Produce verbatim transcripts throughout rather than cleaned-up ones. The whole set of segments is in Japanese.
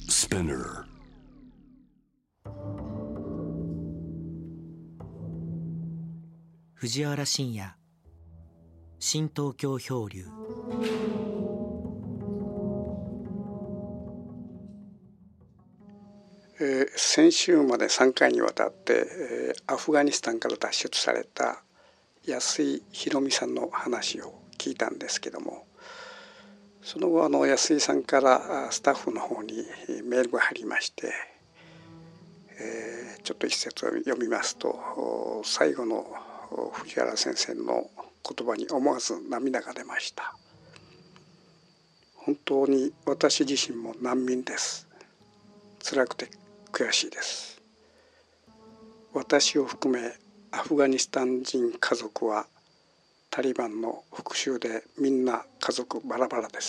Spinner。 藤原信也、新東京漂流。 えー、先週までさんかいにわたって、えー、アフガニスタンから脱出された安井博美さんの話を聞いたんですけども、その後あの安井さんからスタッフの方にメールが入りまして、えー、ちょっと一節を読みますと、最後の藤原先生の言葉に思わず涙が出ました。本当に私自身も難民です。辛くて悔しいです。私を含めアフガニスタン人家族はタリバンの復讐でみんな家族バラバラです。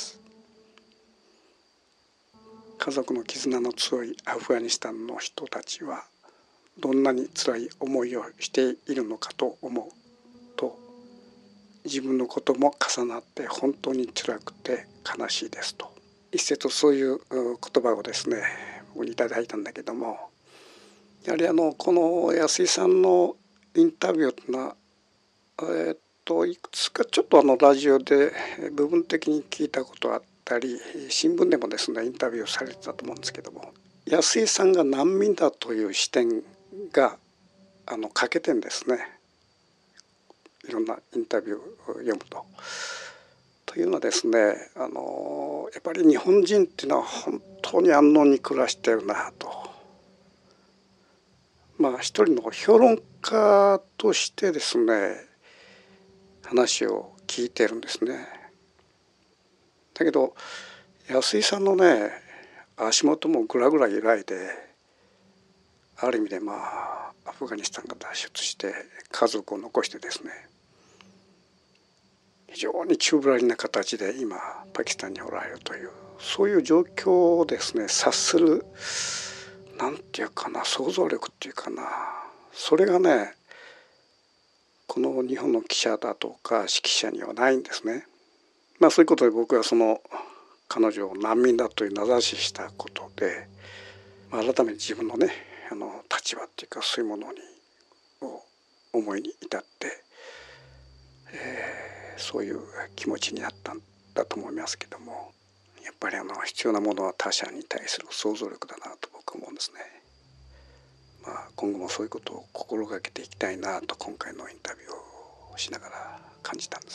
家族の絆の強いアフガニスタンの人たちはどんなに辛い思いをしているのかと思うと、自分のことも重なって本当に辛くて悲しいですと、一節そういう言葉をですね僕にいただいたんだけども、やはりあのこの安井さんのインタビューというのは、えー、っといくつかちょっとあのラジオで部分的に聞いたことあったり、新聞でもですねインタビューされてたと思うんですけども、安井さんが難民だという視点があの欠けてんですね、いろんなインタビューを読むと。というのはですね、あのやっぱり日本人っていうのは本当に安穏に暮らしてるなと。まあ一人の評論家としてですね話を聞いてるんですね。だけど安井さんのね足元もぐらぐら揺らいで、ある意味でまあアフガニスタンが脱出して家族を残してですね、非常に宙ぶらりんな形で今パキスタンにおられるという、そういう状況をですね察するなんていうかな、想像力っていうかな、それがねこの日本の記者だとか指揮者にはないんですね。まあそういうことで僕はその彼女を難民だという名指ししたことで、まあ、改めて自分のねあの立場っていうかそういうものにを思いに至って、えー、そういう気持ちになったんだと思いますけども、やっぱりあの必要なものは他者に対する想像力だなと僕は思うんですね。まあ、今後もそういうことを心がけていきたいなと今回のインタビューをしながら感じたんです。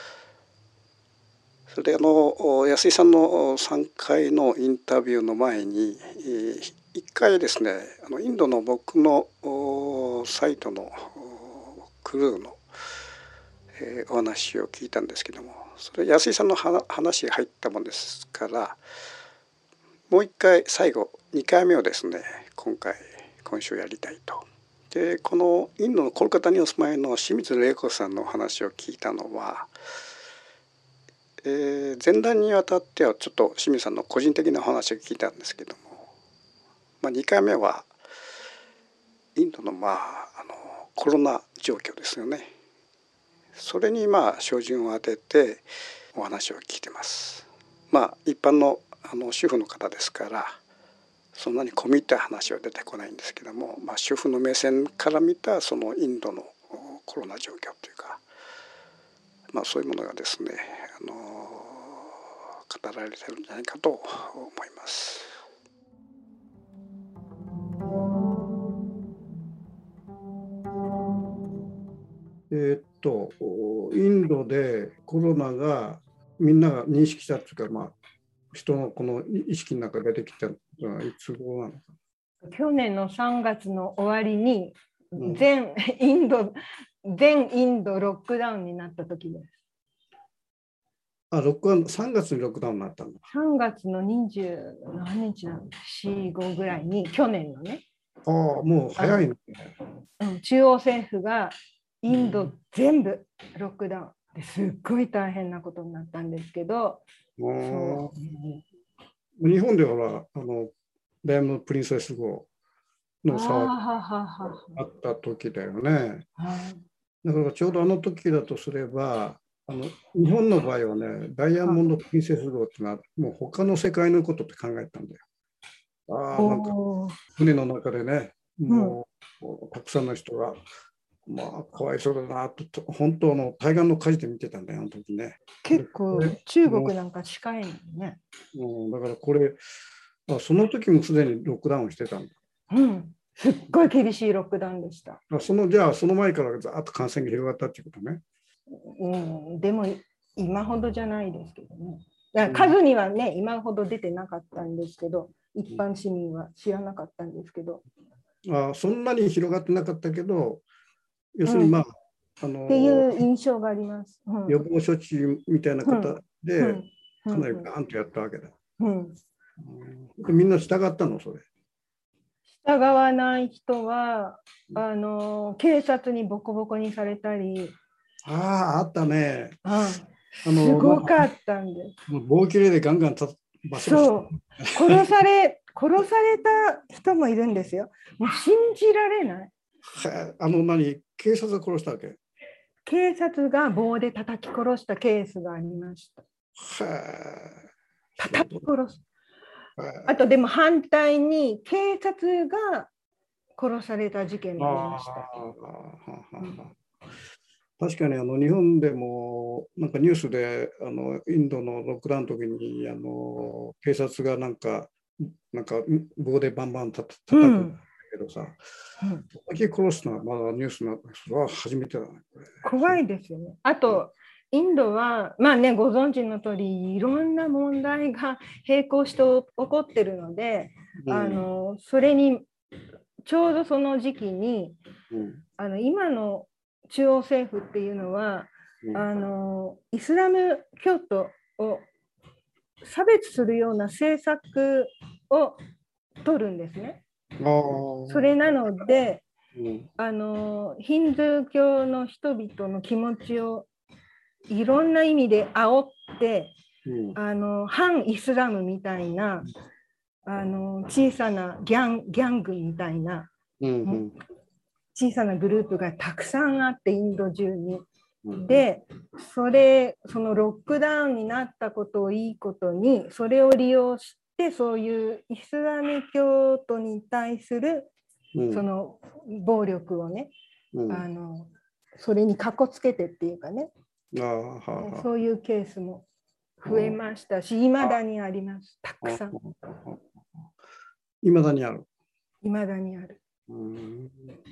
それであの安井さんのさんかいのインタビューの前にいっかいですね、あのインドの僕のサイトのクルーのお話を聞いたんですけども、それ安井さんの話が入ったもんですから、もういっかい最後にかいめをですね今回今週やりたいと。でこのインドのコルカタにお住まいの清水玲子さんのお話を聞いたのは、えー、前段にわたってはちょっと清水さんの個人的なお話を聞いたんですけども、まあ、にかいめはインドのまああのコロナ状況ですよね。それにまあ照準を当ててお話を聞いてます。まあ一般のあの主婦の方ですからそんなに込み入った話は出てこないんですけども、まあ、主婦の目線から見たそのインドのコロナ状況というか、まあ、そういうものがですね、あの語られてるんじゃないかと思います。 えーっとインドでコロナがみんなが認識したというか、まあ、人のこの意識の中で出てきたのはいつ頃なのか。 去年のさんがつの終わりに全インド、うん、全インドロックダウンになった時です。 あ、ロックダウン、さんがつにロックダウンになったんだ。 さんがつのにじゅう何日なの、よん、ごぐらいに去年のね。 ああ、もう早いね。 うん、中央政府がインド全部ロックダウンですっごい大変なことになったんですけど、 そう日本ではあのダイヤモンド・プリンセス号の騒ぎがあった時だよね。だからちょうどあの時だとすれば、あの日本の場合はねダイヤモンド・プリンセス号っていうのはもう他の世界のことって考えたんだよ。 ああ、なんか船の中でね、もう、うん、たくさんの人が、まあ、かわいそうだなと、本当の対岸の火事で見てたんだよ、あの時ね。 結構、中国なんか近いのね。 うん、だからこれ、あ、その時もすでにロックダウンしてたんだ。 うん、すっごい厳しいロックダウンでした。 あ、そのじゃあ、その前からざっと感染が広がったっていうことね。 うん、でも、今ほどじゃないですけどね。だから数にはね、うん、今ほど出てなかったんですけど、一般市民は知らなかったんですけど。 あ、そんなに広がってなかったけど、要するに、まあ、 うん、あのー、っていう印象があります。 うん、予防処置みたいな方で、うん、かなりバーンとやったわけだ。 うんうん、みんな従ったの、それ。 従わない人は、あのー、警察にボコボコにされたり。 ああ、あったね。 うん、あのすごかったんです。 まあ、棒切れでガンガンたバシバシそう、殺され、殺された人もいるんですよ。もう信じられない。 あの何、警察が殺したわけ？ 警察が棒で叩き殺したケースがありました。叩き殺す。あとでも反対に警察が殺された事件もありました。 うん、確かにあの日本でもなんかニュースであのインドのロックダウンの時にあの警察がなんかなんか棒でバンバンたた叩くんだけどさ、叩き殺すのはまだニュースのそれは初めてだね。 怖いですよね。あとインドはまあねご存知の通りいろんな問題が並行して起こってるので、うん、あのそれにちょうどその時期に、うん、あの今の中央政府っていうのは、うん、あのイスラム教徒を差別するような政策を取るんですね。それなので、うん、あのヒンドゥー教の人々の気持ちをいろんな意味で煽って、うん、あの反イスラムみたいなあの小さなギャン、ギャングみたいな、うんうん、小さなグループがたくさんあってインド中に。で、それ、そのロックダウンになったことをいいことに、それを利用して、そういうイスラム教徒に対する、その暴力をね、うん、あのそれにかこつけてっていうかね、あははそういうケースも増えましたし、いまだにあります、たくさん。 いまだにある。 いまだにある。 うん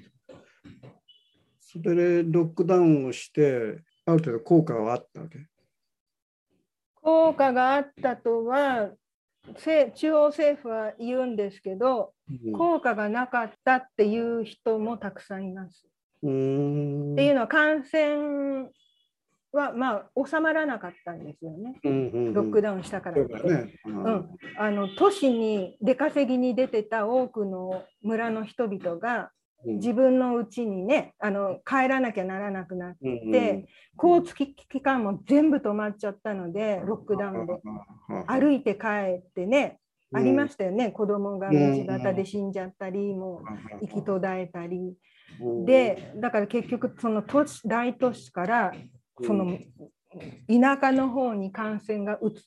それでロックダウンをしてある程度効果はあったわけ？ 効果があったとは中央政府は言うんですけど、うん、効果がなかったっていう人もたくさんいます。うーんっていうのは感染はまあ収まらなかったんですよね、うんうんうん、ロックダウンしたからって、ねうんうん、あの都市に出稼ぎに出てた多くの村の人々が自分の家にねあの帰らなきゃならなくなって、うんうん、交通機関も全部止まっちゃったのでロックダウンで歩いて帰ってね、うん、ありましたよね、子供が道端で死んじゃったり、うん、もう行き途絶えたり、うん、でだから結局その都市大都市からその田舎の方に感染が移って、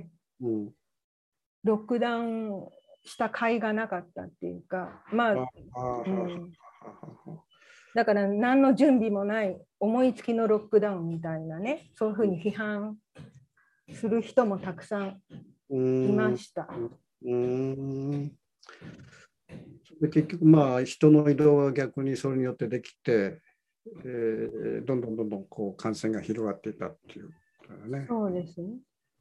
うん、ロックダウンした甲斐がなかったっていうか、まあ、うん、だから何の準備もない思いつきのロックダウンみたいなね、そういうふうに批判する人もたくさんいました。うーんで結局まあ人の移動が逆にそれによってできて、えー、どんどんどんどんこう感染が広がっていたっていうことだね。 そうですね。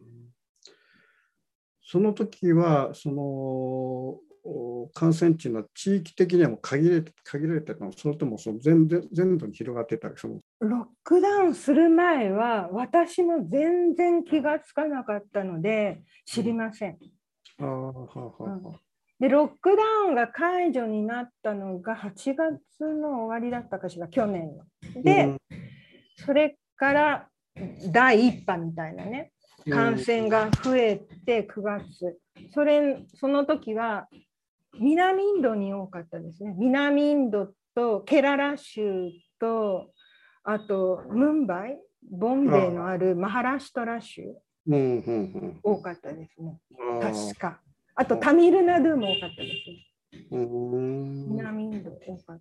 その時はその感染地の地域的にはもう限られて限られてたの、それともその全全土に広がってたそのロックダウンする前は私も全然気がつかなかったので知りません。うん、あははは、うん、でロックダウンが解除になったのがはちがつの終わりだったかしら、去年の。で、うん、それから第一波みたいなね感染が増えてくがつ、それその時は南インドに多かったですね。南インドとケララ州とあとムンバイ、ボンベイのあるマハラシュトラ州、うんうんうん、多かったですね。確か。 あとタミルナドゥも多かったです。 うん、 南インド多かった。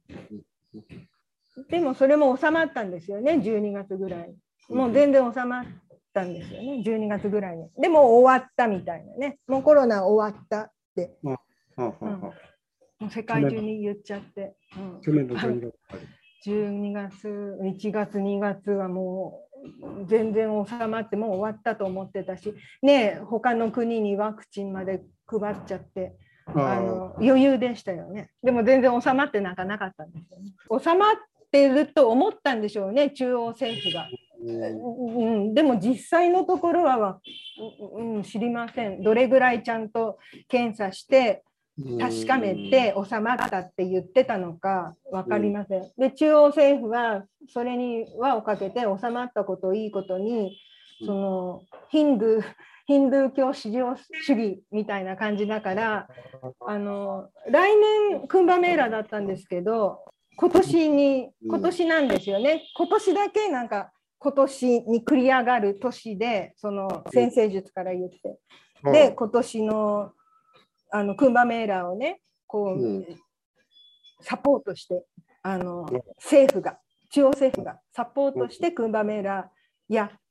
でもそれも収まったんですよね、じゅうにがつぐらい。もう全然収まったんですよね、じゅうにがつぐらいに。でも終わったみたいなね、もうコロナ終わったって、うん、もう世界中に言っちゃって、 去年のじゅうにがつ、 じゅうにがつ、いちがつ、にがつはもう全然収まって、もう終わったと思ってたし、ね、他の国にワクチンまで配っちゃって。あの余裕でしたよね。でも全然収まってなんかなかったんですよね。収まってると思ったんでしょうね、中央政府が。うん、でも実際のところは、うん、知りません。どれぐらいちゃんと検査して確かめて収まったって言ってたのか分かりません。で、中央政府はそれに輪をかけて収まったことをいいことに、そのヒンドゥーヒンドゥー教至上主義みたいな感じだから、あの来年クンバメーラだったんですけど、今年に今年なんですよね。今年だけなんか今年に繰り上がる年で、その占星術から言って、で今年のあのクンバメーラをね、こうサポートして、あの政府が中央政府がサポートしてクンバメーラやって。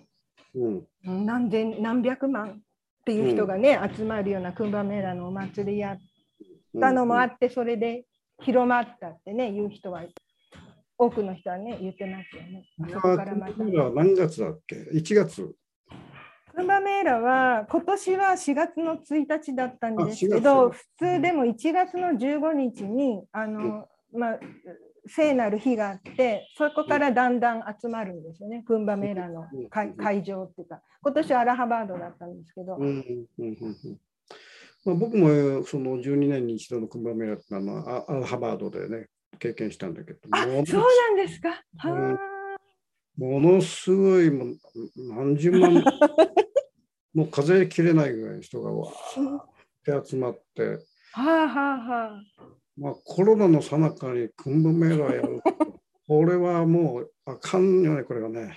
うん、何千何百万っていう人がね、うん、集まるようなクンバメーラのお祭りやったのもあって、それで広まったってね、言う人は多くの人はね言ってますよね。そこからまた。クンバメーラは何月だっけ？いちがつ。 クンバメーラは今年はしがつのついたちだったんですけど、普通でもいちがつのじゅうごにちにあの、うん、まあ聖なる日があって、そこからだんだん集まるんですよね、クンバメーラの会場っていうか、今年はアラハバードだったんですけど。 まあ、僕もそのじゅうにねんに一度のクンバメーラってのはアラハバードでね、経験したんだけど、 あ、そうなんですか。はものすごい、もう何十万、もう数えきれないぐらいの人がわーって集まって、 はあはあはあ。 まあ、コロナの最中にクンバメーラやるこれはもうあかんよね、これはね。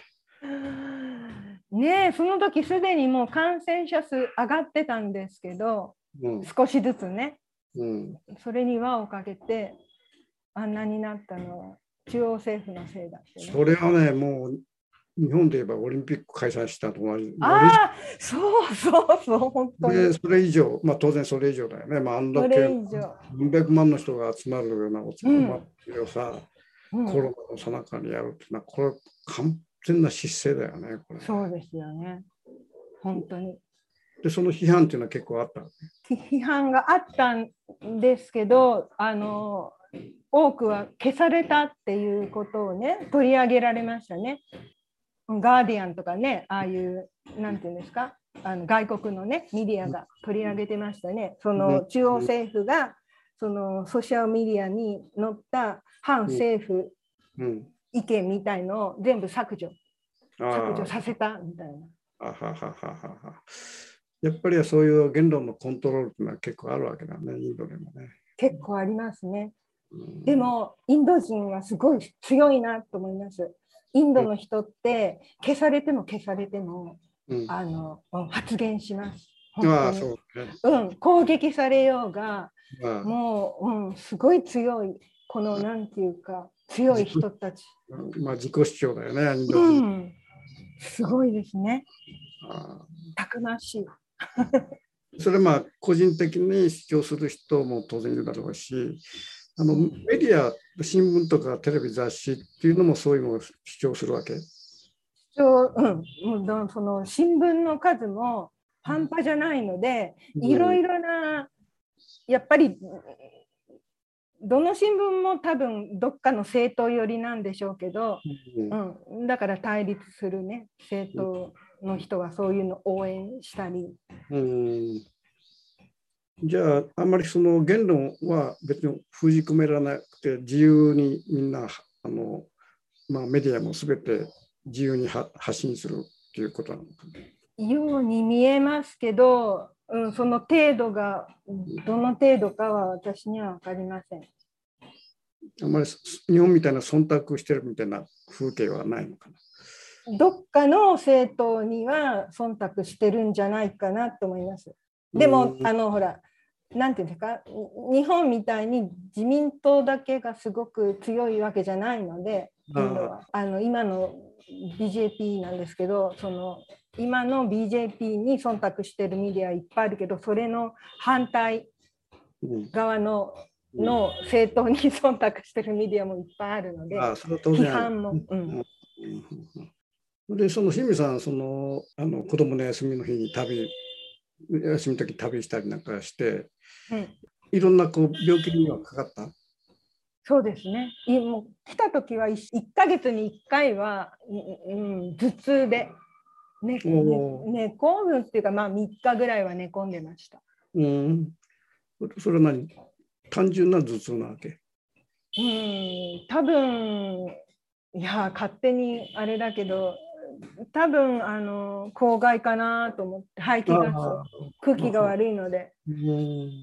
ねえ、その時すでにもう感染者数上がってたんですけど、うん、少しずつね、うん、それに輪をかけてあんなになったのは中央政府のせいだって、ね、 それはね、もう日本で言えばオリンピック開催したと同じ。 ああ、そうそうそう、本当に。 で、それ以上、まあ当然それ以上だよね。まああんだけ何百万の人が集まるようなお祭りをさ、うん、コロナの最中にやるっていうのは、これ完全な失勢だよね、これ。 そうですよね。本当に。 で、その批判っていうのは結構あった。 批判があったんですけど、あの、多くは消されたっていうことをね、取り上げられましたね。ガーディアンとかね、ああいう、なんていうんですか、あの外国のね、メディアが取り上げてましたね。その中央政府が、そのソーシャルメディアに載った反政府意見みたいのを全部削除、削除させたみたいな。 あはははは。やっぱりそういう言論のコントロールっていうのは結構あるわけだね、インドでもね。 結構ありますね。でも、インド人はすごい強いなと思います。インドの人って消されても消されても、うん、あの発言します。 ああ、そうね。 うん、攻撃されようが、ああもう、うん、すごい強い、このなんていうか、強い人たち。 まあ、自己主張だよね、インド人。うん、すごいですね。ああたくましい。 それまあ個人的に主張する人も当然いるだろうし、あのメディア、新聞とかテレビ雑誌っていうのもそういうのを主張するわけ。 主張、うん、もうその新聞の数も半端じゃないので、いろいろな、やっぱりどの新聞も多分どっかの政党寄りなんでしょうけど、うんうん、だから対立するね、政党の人はそういうのを応援したり。うんじゃあ、あんまりその言論は別に封じ込められなくて、自由にみんな、あの、まあ、メディアもすべて自由に発信するっていうことなのかな。 ように見えますけど、うん、その程度がどの程度かは私には分かりません。 あんまり日本みたいな忖度してるみたいな風景はないのかな。 どっかの政党には忖度してるんじゃないかなと思います。 でも、あのほらなんていうんですか、日本みたいに自民党だけがすごく強いわけじゃないので、インドはあの今の ビージェーピー なんですけど、その今の ビージェーピー に忖度してるメディアいっぱいあるけど、それの反対側の、うん、の政党に忖度してるメディアもいっぱいあるので、批判も。うんうん、でその清水さん、そのあの子供の休みの日に旅休みの時旅したりなんかして、うん、いろんなこう病気にはかかった？ そうですね。もう来た時はいっかげつにいっかいは、うん、頭痛で寝、ね、寝込むっていうか、まあみっかぐらいは寝込んでました。 うん、それは何？単純な頭痛なわけ？ うん、多分いや勝手にあれだけど、多分あの公害かなと思って、排気ガス、空気が悪いので。うん、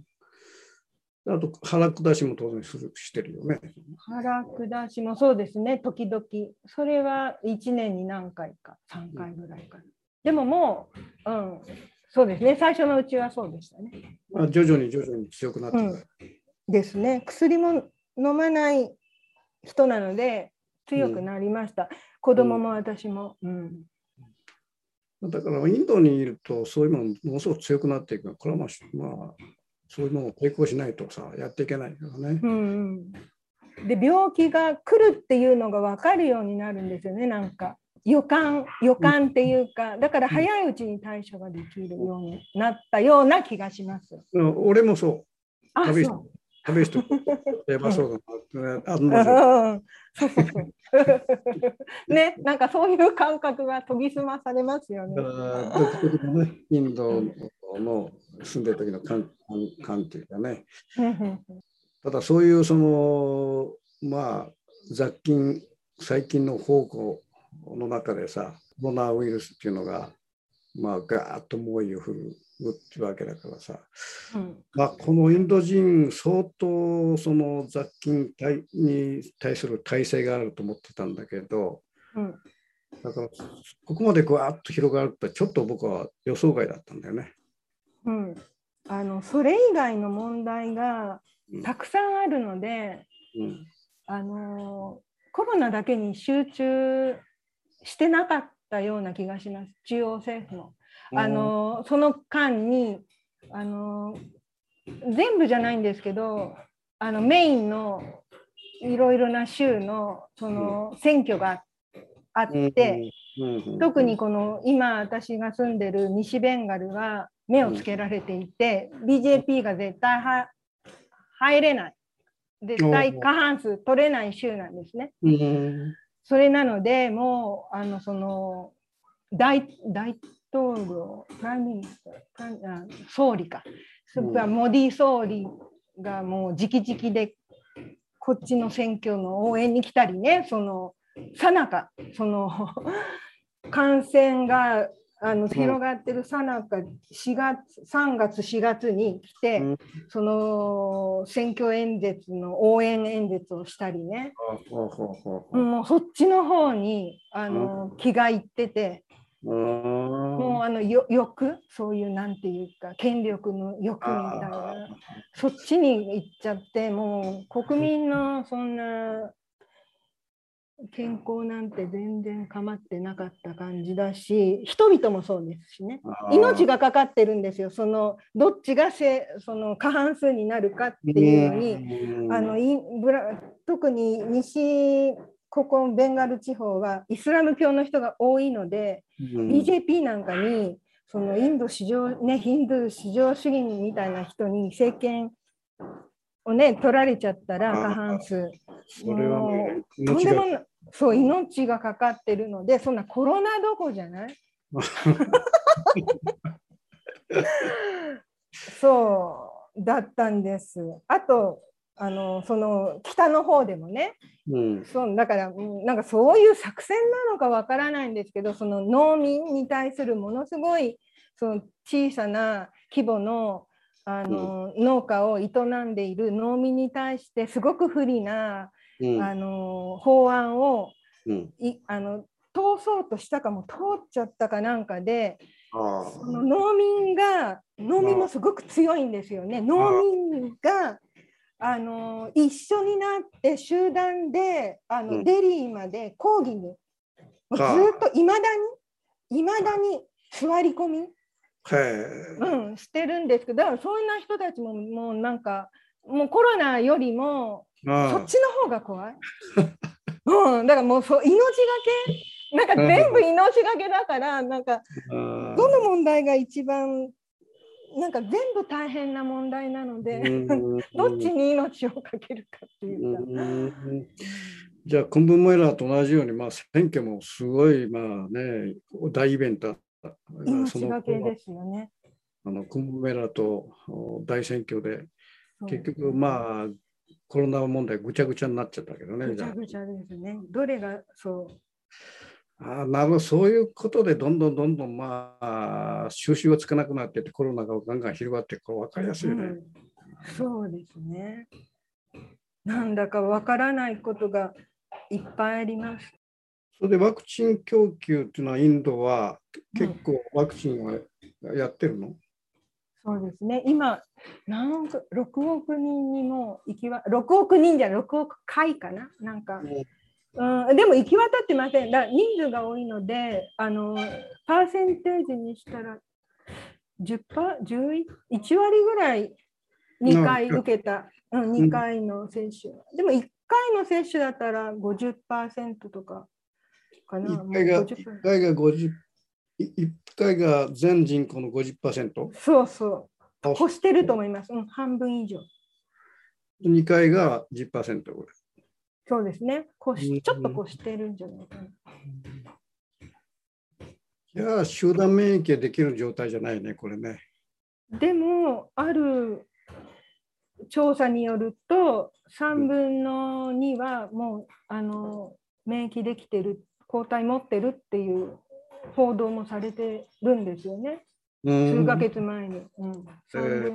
あと腹下しも当然するしてるよね。 腹下しもそうですね、時々。それはいちねんに何回か、さんかいぐらいかな。うん、でももう、うん、そうですね、最初のうちはそうでしたね。 まあ、徐々に徐々に強くなってくる、 うん、ですね。薬も飲まない人なので強くなりました。うん、子供も私も。うんうん、だからインドにいるとそういうのもものすごく強くなっていく。これはまあ、まあ、そういうのを抵抗しないとさやっていけないからね。 うんうん、で病気が来るっていうのが分かるようになるんですよね。なんか予感予感っていうか、だから早いうちに対処ができるようになったような気がします。 うん、俺もそう。 あ、そう。 食べる人やばそうだなって、案の定。そうそうそう。ね、なんかそういう感覚が研ぎ澄まされますよね。 独特のね、インドの住んでる時の感感っていうかね。ただそういうそのまあ雑菌細菌の宝庫の中でさ、コロナウイルスっていうのがまあガーッと猛威を振るっていうわけだからさ、うん、まあ、このインド人相当その雑菌に対する耐性があると思ってたんだけど、うん、だからここまでガーッと広がるってちょっと僕は予想外だったんだよね。 うん、あのそれ以外の問題がたくさんあるので、うん、あのコロナだけに集中してなかったような気がします、中央政府も。あのその間にあの全部じゃないんですけど、あのメインのいろいろな州のその選挙があって、特にこの今私が住んでる西ベンガルは目をつけられていて、ビージェーピー が絶対は入れない、絶対過半数取れない州なんですね。それなのでもうあのその大大統領、プライミニスター、総理か、うん、モディ総理がもう直々でこっちの選挙の応援に来たりね、そのさなかその感染があの広がってるさなかしがつさんがつしがつに来て、うん、その選挙演説の応援演説をしたりね、もうそっちの方にあの気がいってて。もうあの欲、そういうなんていうか権力の欲みたいな、そっちに行っちゃって、もう国民のそんな健康なんて全然構ってなかった感じだし、人々もそうですしね、命がかかってるんですよ。そのどっちがせその過半数になるかっていうのに、あのインブラ特に西ここベンガル地方はイスラム教の人が多いので、うん、ビージェーピー なんかにそのインド至上、ね、ヒンドゥー至上主義みたいな人に政権をね取られちゃったら過半数、 それはね、 とんでもない、そう命がかかってるので、そんなコロナどころじゃないそうだったんです。あとあのその北の方でもね、うん、そうだからなんかそういう作戦なのかわからないんですけど、その農民に対するものすごいその小さな規模の、あの、うん、農家を営んでいる農民に対してすごく不利な、うん、あの法案を、うん、いあの通そうとしたかも通っちゃったかなんかで、その農民が農民もすごく強いんですよね。農民があの一緒になって集団であの、うん、デリーまで抗議にもうずっといまだにいまだに座り込み、うん、してるんですけど、だからそんな人たちももうなんかもうコロナよりもそっちの方が怖い、うん、だからもうそう命がけなんか全部命がけだからなんかどの問題が一番なんか全部大変な問題なのでどっちに命をかけるかっていうか。 うんじゃあ、クンブメラと同じように、まあ、選挙もすごい、まあね、大イベント。 命がけですよね。 あのクンブメラと大選挙で、結局、まあ、コロナ問題ぐちゃぐちゃになっちゃったけどね。 ぐちゃぐちゃですね。どれがそう。 あなるほど、そういうことでどんどんどんどん、まあ、収拾がつかなくなってて、コロナがガンガン広がってこう分かりやすいよね、うん。 そうですね。なんだか分からないことがいっぱいあります。 それでワクチン供給っていうのはインドは結構ワクチンはやってるの？うん、 そうですね。今なんかろくおくにんにも行きわろくおくにんじゃろくおくかいかななんか、うんうん、でも行き渡ってません。だ人数が多いのであのパーセンテージにしたら じゅっパーセント、じゅういちわりぐらいにかい受けた、うん、にかいの接種、うん、でもいっかいの接種だったら ごじゅっパーセント とかかな。 いっかいがいっかいがごじゅう、いっかいが全人口の ごじゅっパーセント？ そうそう。越してると思います。うん、半分以上。 にかいが じゅっパーセント ぐらい。 そうですね。越しちょっと越してるんじゃないかな。 いや、集団免疫ができる状態じゃないね、これね。 でも、ある調査によると、さんぶんのにはもうあの免疫できてる、抗体持ってるっていう報道もされてるんですよね。数ヶ月前に。うん、えーうん、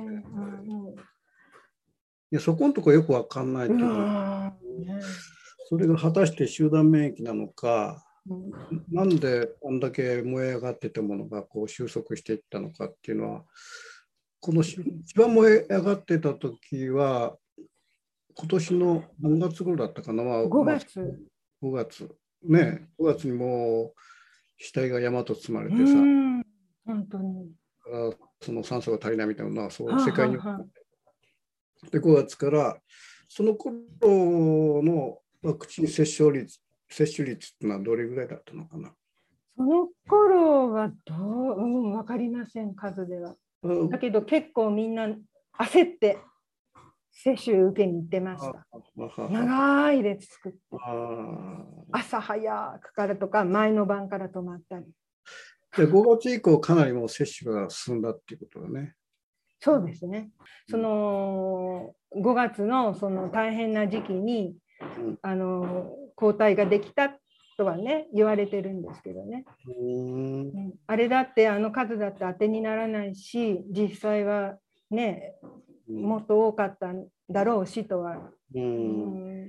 いやそこのところよくわかんないけど、ね、それが果たして集団免疫なのか、うん、なんであんだけ燃え上がってたものがこう収束していったのかっていうのは、この一番燃え上がってた時は今年の何月頃だったかな、まあ、 ごがつ、 ごがつね、ごがつにもう死体が山と積まれてさ、 本当にその酸素が足りないみたいなのはそう世界にはははでごがつからその頃のワクチン接種率接種率ってのはどれぐらいだったのかな。 その頃はどう、うん、分かりません、数では。うん、だけど結構みんな焦って接種受けに行ってました。長い列作って朝早くからとか前の晩から泊まったり。 でごがつ以降かなりもう接種が進んだっていうことだね。 そうですね。そのごがつのその大変な時期に、うん、あの抗体ができたとはね言われてるんですけどね。うんうん、あれだってあの数だって当てにならないし、実際はねもっと多かったんだろうしとは、うん、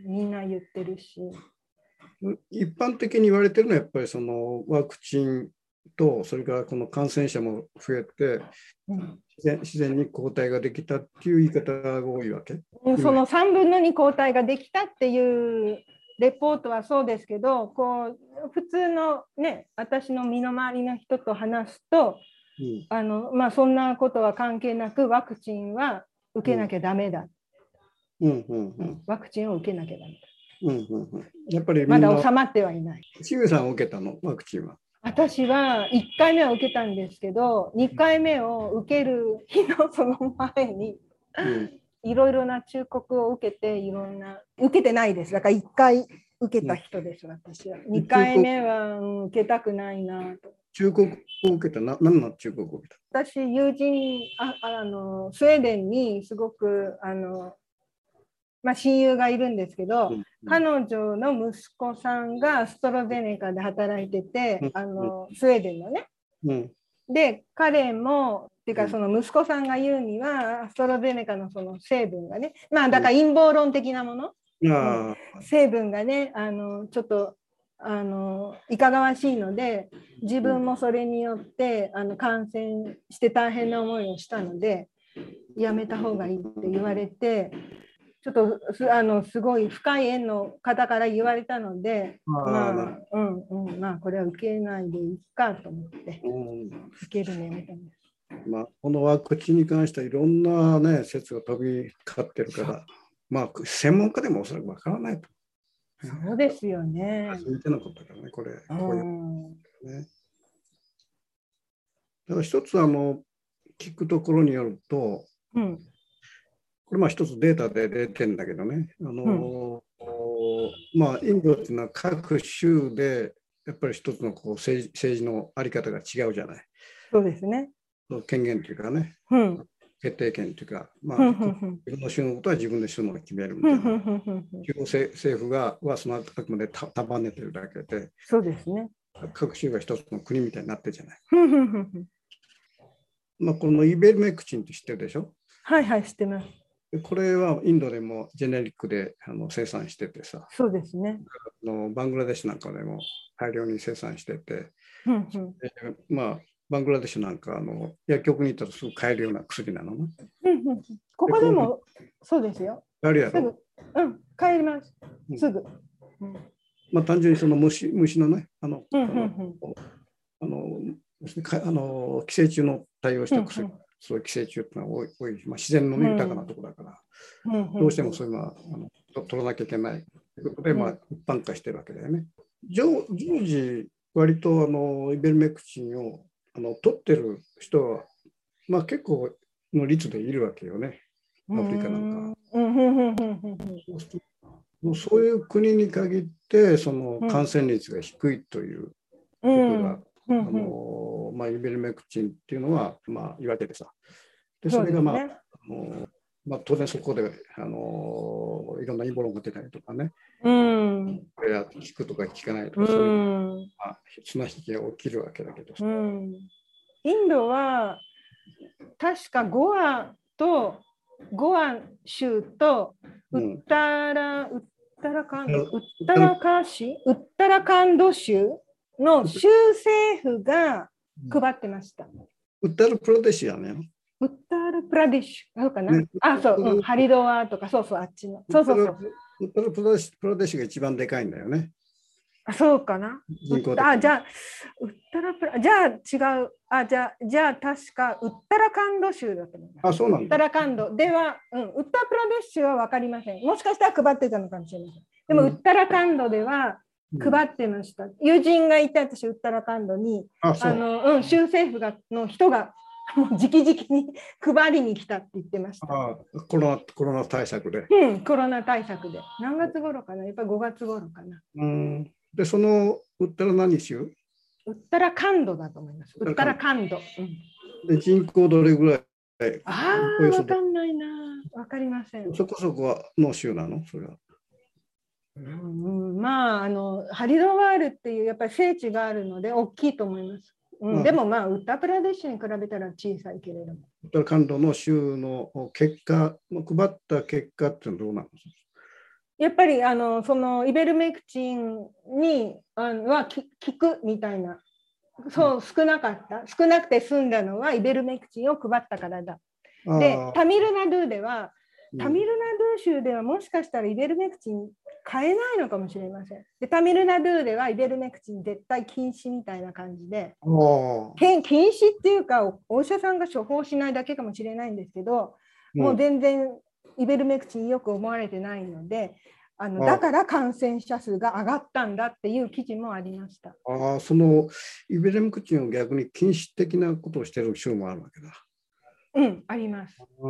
みんな言ってるし。 一般的に言われてるのはやっぱりそのワクチンとそれからこの感染者も増えて、うん、自然、自然に抗体ができたっていう言い方が多いわけ。 そのさんぶんのに抗体ができたっていうレポートはそうですけど、こう普通のね私の身の回りの人と話すと、うん、あのまあ、そんなことは関係なくワクチンは受けなきゃダメだ。ワクチンを受けなきゃダメだ。 うんうんうん、やっぱりまだ収まってはいない。 清水さん受けたのワクチンは？ 私はいっかいめは受けたんですけど、にかいめを受ける日のその前に、うん、いろいろな忠告を受けて、いろんな受けてないです。だからいっかい受けた人です、うん、私は。にかいめは、うん、受けたくないなと。 忠告を受けたな、何の忠告を受けた？私、友人ああの、スウェーデンにすごくあの、まあ、親友がいるんですけど、うんうん、彼女の息子さんがアストロゼネカで働いてて、うん、あのスウェーデンのね、うん、で彼もっていうかその息子さんが言うにはアストロゼネカのその成分がね、まあだから陰謀論的なもの、うん、成分がねあのちょっとあのいかがわしいので、自分もそれによってあの感染して大変な思いをしたのでやめた方がいいって言われて、ちょっとすあのすごい深い縁の方から言われたので、まあ、うんうん、まあこれは受けないでいいかと思って、うん、受けるのやめたんです。 まあ、このワクチンに関してはいろんな、ね、説が飛び交ってるから、まあ、専門家でもおそらくわからないと。 そうですよね。 初めてのことだからね、これ。こういうね、だから一つあの聞くところによると、うん、これまあ一つデータで出てるんだけどね、あの、うん、まあインドっていうのは各州でやっぱり一つのこう政治、政治の在り方が違うじゃない。 そうですね。 権限というかね、うん、決定権というか、まあ、自分の州のことは自分で州の決めるみたいな。中央政府がはそのあくまで束ねてるだけで、 そうですね。 各州が一つの国みたいになってるじゃない。まあこのイベルメクチンって知ってるでしょ？ はいはい、知ってます。 これはインドでもジェネリックであの生産しててさ、 そうですね。 あのバングラデシュなんかでも大量に生産してて、まあバングラデシュなんかあの薬局に行ったらすぐ買えるような薬なのね。 ここでもそうですよ。 あるやろ。 すぐ、うん、買えます。すぐ。 うん、まあ単純にその虫虫のね、あの、あの、あの寄生虫の対応した薬、そういう寄生虫ってのは多い、多いまあ、自然の、ね、豊かなところだから、どうしてもそういうのはあの取らなきゃいけないということで、まあ、一般化してるわけだよね。常時、割とあのイベルメクチンをあの取ってる人は、まあ、結構の率でいるわけよね、アフリカなんか。そういう国に限ってその感染率が低いということが、あのまあ、イベルメクチンっていうのは、まあ、言われててさ。でそれが、まあ、あのまあ、当然そこであのいろんな陰謀論が出たりとかね、うん、これは聞くとか聞かないとか、そういう、まあ、綱引きが起きるわけだけど、うん、 インドは確かゴアとゴア州とウッタラ、うん、ウッタラカンド、ウッタラカシ、ウッタラカンド州の州政府が配ってました。 ウッタラプラデシュやね。 ウッタラプラディッシュ、そうかな、ね、あ、そう、うん、ハリドワとか、そうそう、あっちの。そうそうそう。 ウッタラプラディッシュが一番でかいんだよね。 あ、そうかな。あ、じゃあ、ウッタラプラ、じゃあ違う。あ、じゃあ、じゃあ確か、ウッタラカンド州だと思います。 あ、そうなんだ。 ウッタラカンドでは、うん、ウッタラプラディッシュは分かりません。もしかしたら配ってたのかもしれません。でも、うん、ウッタラカンドでは配ってました。うん、友人がいて、私、ウッタラカンドに、あ, あの、うん、州政府がの人が、もう直々に配りに来たって言ってました。 ああ、コロナ、コロナ対策で。 うん、コロナ対策で。何月頃かな、やっぱりごがつ頃かな。 うん。で、そのウッタラ何州？ ウッタラカンドだと思います。ウッタラカンド。 うん、で、人口どれぐらい？ ああ、わかんないな。わかりません。 そこそこはの州なの？それは。 うんうん、まあ、あの、ハリドワールっていうやっぱり聖地があるので、大きいと思います。うん、でもまあ、ウッタプラデシュに比べたら小さいけれども。 ウッタラカンドの州の結果、配った結果ってどうなの？ やっぱりあのそのイベルメクチンにあのは効くみたいな、そう、少なかった、少なくて済んだのはイベルメクチンを配ったからだ。で、タミルナドゥでは、タミルナドゥ州ではもしかしたらイベルメクチン買えないのかもしれません。で、タミルナドゥではイベルメクチン絶対禁止みたいな感じで、禁止っていうか、お医者さんが処方しないだけかもしれないんですけど、もう全然イベルメクチンよく思われてないので、あのだから感染者数が上がったんだっていう記事もありました。 ああ、そのイベルメクチンを逆に禁止的なことをしている州もあるわけだ。 うん、あります。うん、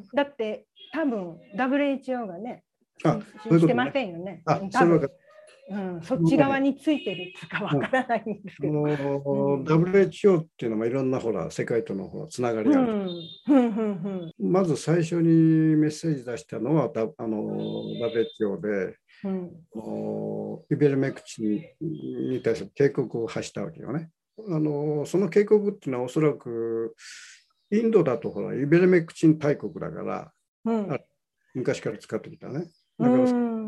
だって多分 ダブリューエイチオー がね、 あ、 してませんよね。 あ、それはうん、そっち側についてるかわからないんですけど、 うん、ダブリューエイチオー っていうのもいろんなほら世界とのほらつながりがある、うんうんうんうん、まず最初にメッセージ出したのはダあの ダブリューエイチオー で、うん、イベルメクチンに対する警告を発したわけよね。あのその警告っていうのはおそらくインドだとほらイベルメクチン大国だから、うん、昔から使ってきたね。だから、うん、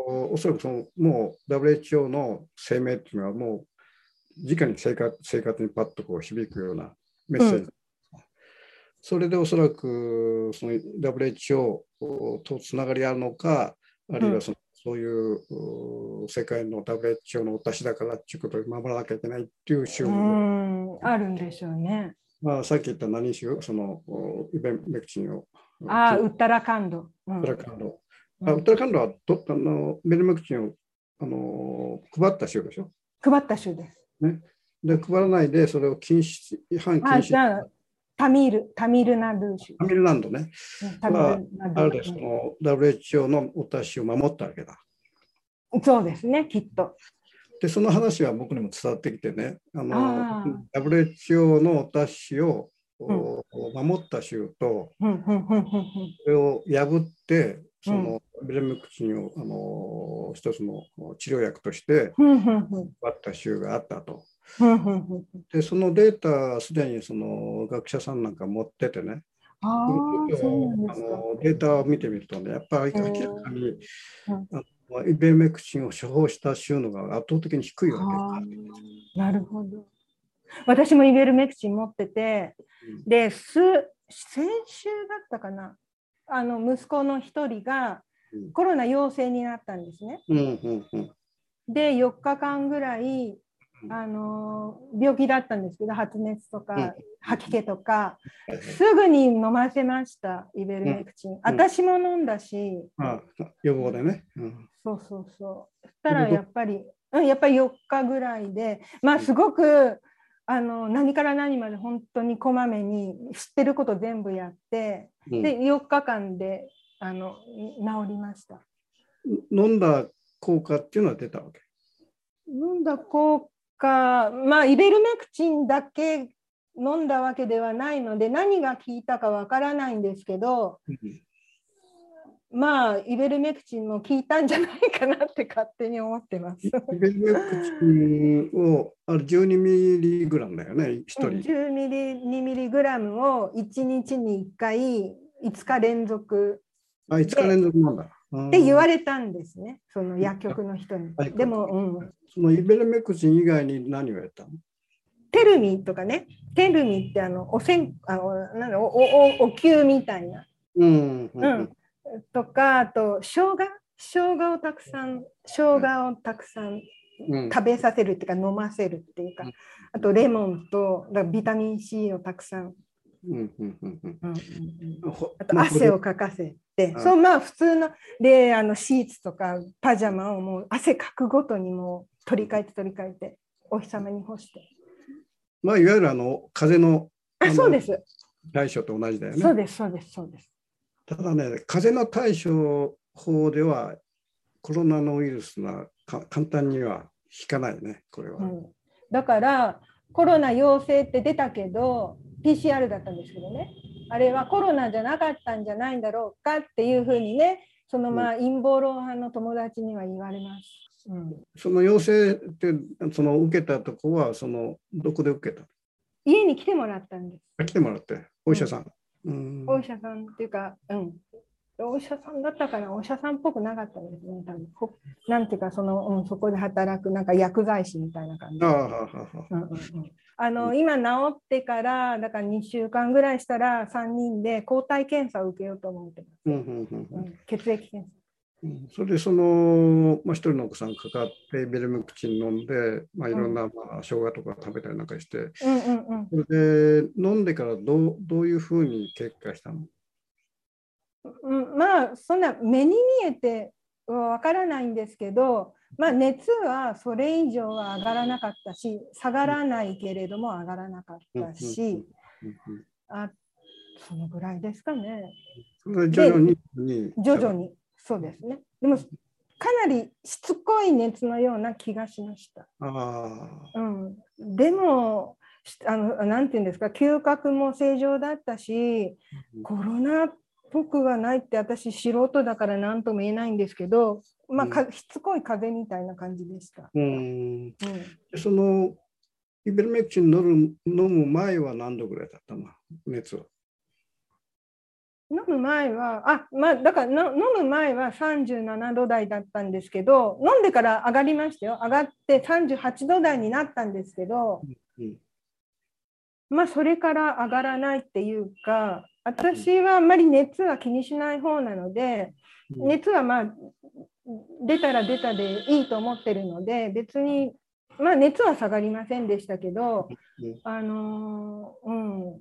おそらくそのもう ダブリューエイチオー の声明っていうのはもう直に生活、生活にパッとこう響くようなメッセージ、うん、それでおそらくその ダブリューエイチオー とつながりあるのか、あるいはその、うん、そういう世界の ダブリューエイチオー のお達しだからっていうことで守らなきゃいけないっていう州もあるんでしょうね。 まあ、さっき言った何州、そのイベメクチンを。 ああ、ウッタラカンド。 ウッタラカンド。あ、ウッタラカンドはとあのベルメクチンをあの配った州でしょ。 配った州です。 ね、で配らないでそれを禁止、違反禁止。あ、じゃあタミル、タミルナド州。 タミルナンドね。タミルナンド。あるでその ダブリューエイチオー のお達しを守ったわけだ。 そうですね、きっと。 で、その話は僕にも伝わってきてね、あの ダブリューエイチオー のお達しを、うん、守った州と、それを破って、そのベルメクチンをあの一つの治療薬として配った州があったと。で、そのデータすでにその学者さんなんか持っててね、あのデータを見てみるとね、やっぱり明らかに、うん、イベルメクチンを処方した州のが圧倒的に低いわけ。なるほど。私もイベルメクチン持ってて、うん、で、す先週だったかな、あの息子の一人がコロナ陽性になったんですね。 うんうんうん、 で、よっかかんぐらいあの病気だったんですけど、発熱とか、うん、吐き気とか、すぐに飲ませました、イベルメクチン。うん、私も飲んだし、 ああ予防でね。 うん、そうそうそう。そしたらやっぱり、うん、やっぱりよっかぐらいで、まあすごくあの何から何まで本当にこまめに知ってること全部やって、うん、でよっかかんであの治りました。 飲んだ効果っていうのは出たわけ？ 飲んだ効果、まあイベルメクチンだけ飲んだわけではないので何が効いたかわからないんですけど、うん、まあイベルメクチンも効いたんじゃないかなって勝手に思ってます。イベルメクチンをあれじゅうにミリグラムだよね、ひとり。 じゅうミリ、にミリグラムをいちにちにいっかいいつか連続で。あ、いつか連続なんだ。 って言われたんですね、その薬局の人に。でも、うん、 そのイベルメクチン以外に何をやったの？ テルミとかね、テルミってあのおせんあのなんだおおお灸みたいな。 うんうんうんとか、あと生姜生姜をたくさん生姜をたくさん食べさせるっていうか、うん、飲ませるっていうか、あとレモンとだビタミン C をたくさん、あと汗をかかせて、そうまあ普通のであのシーツとかパジャマをもう汗かくごとにもう取り替えて取り替えてお日様に干して、 まあいわゆるあの風邪のあそうです対処と同じだよね。 そうですそうですそうです。 ただね、風邪の対処法ではコロナのウイルスは簡単には引かないね、これは。うん、 だからコロナ陽性って出たけど ピーシーアール だったんですけどね、あれはコロナじゃなかったんじゃないんだろうかっていうふうにね、そのまあ陰謀論派の友達には言われます。うん、 その陽性ってその受けたとこはそのどこで受けた？ 家に来てもらったんです。 来てもらってお医者さん。うんうん、お医者さんっていうか、うん、お医者さんだったかな、お医者さんっぽくなかったんですね、多分。なんていうか、その、うん、そこで働くなんか薬剤師みたいな感じで。あの今治ってからだからにしゅうかんぐらいしたらさんにんで抗体検査を受けようと思ってます。うんうんうんうん、血液検査。 うん、それでその、まあ、一人のお子さんかかってベルメクチン飲んで、まあ、いろんな、まあ、生姜とか食べたりなんかして、うんうんうん、それで飲んでからどう、どういうふうに結果したの？ うん、まあそんな目に見えてわからないんですけど、まあ、熱はそれ以上は上がらなかったし、下がらないけれども上がらなかったし、あそのぐらいですかね。 徐々に徐々にそうですね。でもかなりしつこい熱のような気がしました。あ、うん、でもあのなんていうんですか、嗅覚も正常だったし、コロナっぽくはないって私素人だから何とも言えないんですけど、まあ、かしつこい風邪みたいな感じでした。うんうん、そのイベルメクチン飲む、飲む前は何度ぐらいだったの？熱は。 飲む前は、あ、まあ、だからの飲む前はさんじゅうななど台だったんですけど、飲んでから上がりましたよ。上がってさんじゅうはちど台になったんですけど、 うん、 まあ、それから上がらないっていうか、私はあんまり熱は気にしない方なので、熱はまあ、出たら出たでいいと思ってるので、別に、まあ、熱は下がりませんでしたけど、あのー、うん。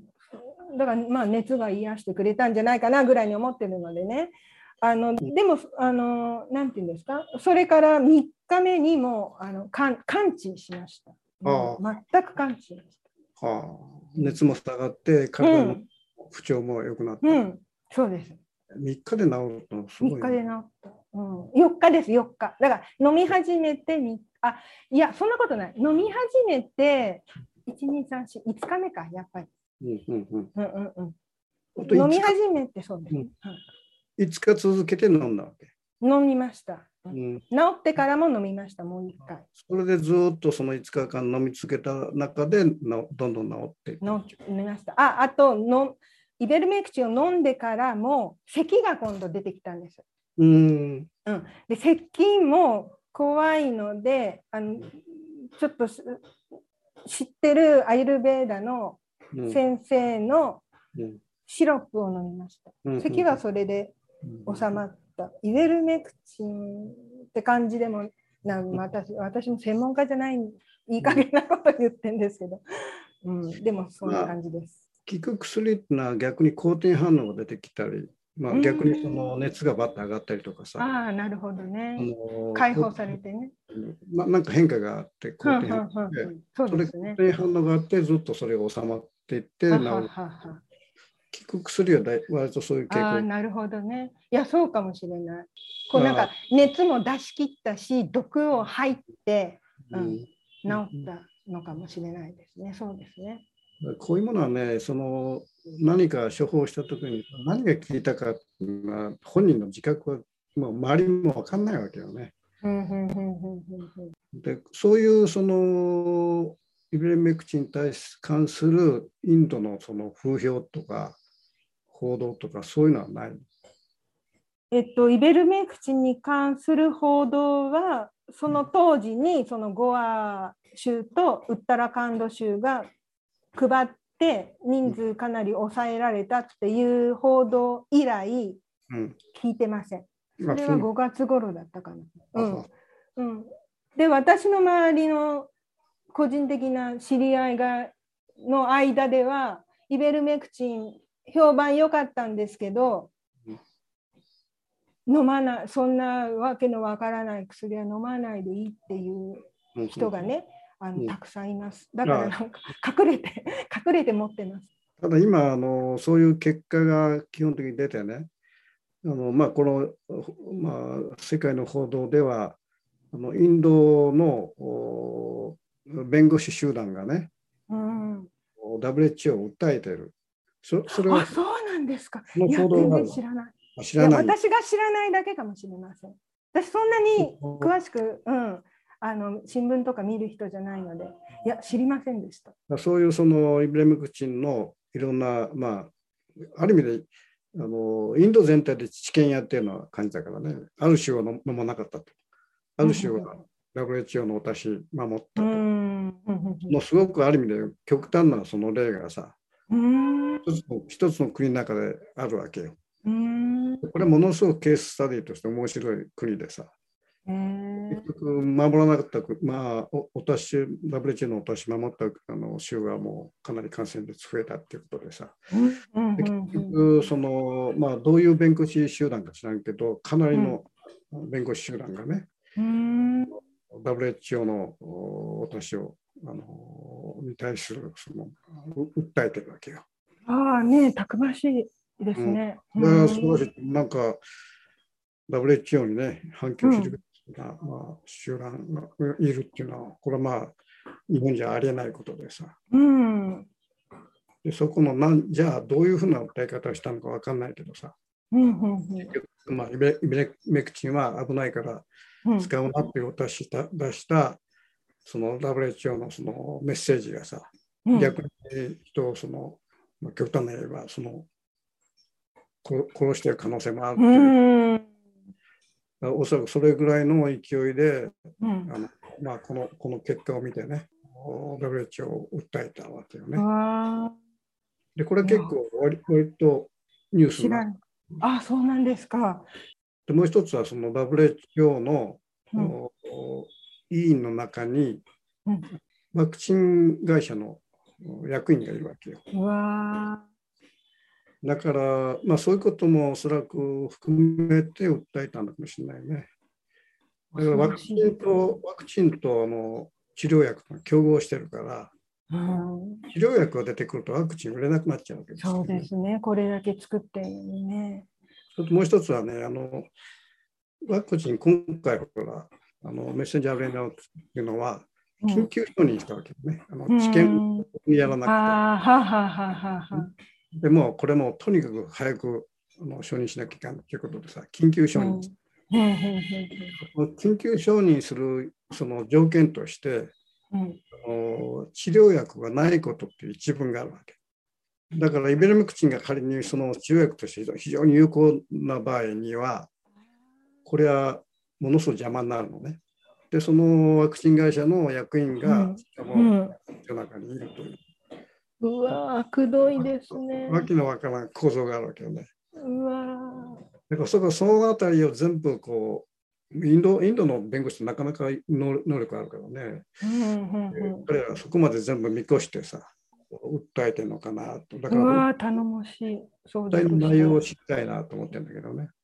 だからまあ熱が癒してくれたんじゃないかなぐらいに思ってるのでね。あのでもあのなんていうんですか、それからみっかめにもあの完治しました。全く完治しました。 はあ、熱も下がって体の不調も良くなった。 うん、うん、そうです。 みっかで治るとすごい、ね。 みっかで治った、うん。よっかです、よっか。だから飲み始めてみあいやそんなことない。飲み始めていち、に、さん、よん、いつかめかやっぱり。うんうんうんうんうん、飲み始めてそうです、うん、 いつか続けて飲んだわけ。 飲みました、うん、治ってからも飲みました。もういっかい。 それでずっとそのいつかかん飲み続けた中でのどんどん治っていった。 飲みました。あ、あとのイベルメクチンを飲んでからも咳が今度出てきたんです。 うん、 うん、で咳も怖いので、あのちょっと知ってるアイルベーダの先生のシロップを飲みました。うん、咳がそれで収まった。イベルメクチンって感じでもな私、私も専門家じゃない、いい加減なこと言ってるんですけど、うん、でもそんな感じです。 効く薬ってのは逆に好転反応が出てきたり、まあ、逆にその熱がバッと上がったりとかさ。 ああ、なるほどね。解放されてね。 な, なんか変化があって好転反応で、それ好転反応があってずっとそれが収まっていって治る。効く薬は割とそういう傾向。 ああ、なるほどね。いや、そうかもしれない。こうなんか熱も出し切ったし、毒を吐いて、うん、治ったのかもしれないですね。そうですね。 こういうものはね、その何か処方したときに何が効いたかっていうのは本人の自覚はもう周りも分かんないわけよね。でそういうそのイベルメクチンに対し関するインドのその風評とか報道とかそういうのはない？ えっと、イベルメクチンに関する報道はその当時にそのゴア州とウッタラカンド州が配って人数かなり抑えられたっていう報道以来聞いてません。それはごがつ頃だったかな。うんうん、で私の周りの個人的な知り合いがの間ではイベルメクチン評判良かったんですけど、飲まない、そんなわけのわからない薬は飲まないでいいっていう人がね、あのたくさんいます。だからなんか隠れて隠れて持ってます。 ただ今あのそういう結果が基本的に出てね、あのまあこのまあ世界の報道ではあのインドの弁護士集団がね、うん、ダブリューエイチオー を訴えている。 そ, それはあ、そうなんですか。 いや、全然知らない。知らない。いや、私が知らないだけかもしれません。私そんなに詳しく、うん、あの新聞とか見る人じゃないので、いや、知りませんでした。 そういうそのイベルメクチンのいろんな、まあ、ある意味であのインド全体で治験やっていうのは感じたからね、ある種は飲まなかったと。ある種は ダブリューエイチオー のお達し守ったと。もうすごくある意味で極端なその例がさ、一つの、一つの国の中であるわけよ。これものすごくケーススタディとして面白い国でさ、結局守らなかった、まあ、お達し、ダブリューエイチオー のお達し守ったあの州はもうかなり感染率増えたっていうことでさ、で結局その、まあ、どういう弁護士集団か知らんけど、かなりの弁護士集団がね、ダブリューエイチオー のお達しをあのに対するその訴えてるわけよ。 ああね、たくましいですね。 うん、だから少しなんか ダブリューエイチオー にね反響してくるような、うん、まあ、集団がいるっていうのはこれはまあ日本じゃありえないことでさ、うん、でそこのなんじゃあどういうふうな訴え方をしたのか分かんないけどさ、うんうんうん、まあ、イベルメクチンは危ないから使うなっていう出した、出したその ダブリューエイチオー のそのメッセージがさ、うん、逆に人をその、まあ、極端な言えばその殺している可能性もあるっていう。おそらくそれぐらいの勢いで、うん、あのまあ、この、この結果を見てね、ダブリューエイチオー を訴えたわけよね。で、これ結構割、割とニュースになる。 あ、そうなんですか。 でもう一つは、その ダブリューエイチオー の、うん、委員の中に、うん、ワクチン会社の役員がいるわけよ。 うわだから、まあ、そういうこともおそらく含めて訴えたのかもしれないね。だからワクチンと、ワクチンとあの治療薬が競合してるから、うん、治療薬が出てくるとワクチン売れなくなっちゃうわけです、 ね。そうですね、これだけ作ってるのにね。 もう一つはね、あのワクチン、今回ほら、あのメッセンジャー アールエヌエー っていうのは、緊急承認したわけですね。うん、あの治験にやらなくて。あはははははでも、これもとにかく早くあの承認しなきゃいけないということでさ、緊急承認。うん緊急承認するその条件として、うん、治療薬がないことっていう一文があるわけ。だからイベルメクチンが仮にその治療薬として非常に有効な場合には、これはものすごい邪魔になるのね。で、そのワクチン会社の役員がその世の中にいるという。 うわー、くどいですね。 わけのわからない構造があるわけよね。 うわだからそこそのあたりを全部こうインド、インドの弁護士ってなかなか能力あるからね、うんうんうん、彼らはそこまで全部見越してさ、訴えてるのかなと。 だから、うわ頼もしい。 そう訴えの内容を知りたいなと思ってるんだけどね。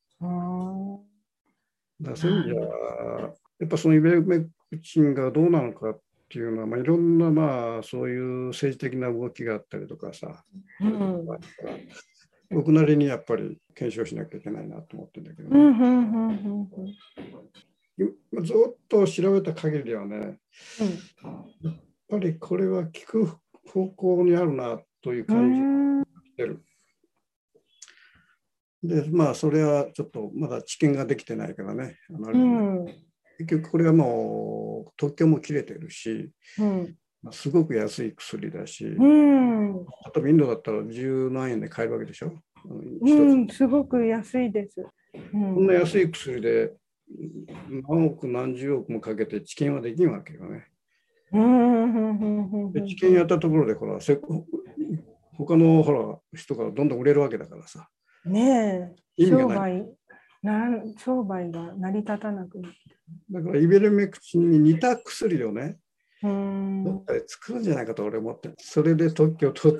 だからそういう意味では、やっぱそのイベルメクチンがどうなのかっていうのは、まあ、いろんなまあそういう政治的な動きがあったりとかさ、うん、僕なりにやっぱり検証しなきゃいけないなと思ってるんだけどね。ずっと調べた限りではね、うん、やっぱりこれは効く方向にあるなという感じがしてる。で、まあそれはちょっとまだ治験ができてないからね。あの、うん、結局これはもう特許も切れてるし、うんすごく安い薬だし、うん、例えばインドだったら十何円で買えるわけでしょ。 うん、すごく安いです。 うん、こんな安い薬で何億何十億もかけて治験はできんわけよね。で治験やったところでほら他のほら人がどんどん売れるわけだからさ。 ねえ、商売な商売が成り立たなくなって。 だからイベルメクチンに似た薬をね、どっかで作るんじゃないかと俺思ってる。それで特許を取って、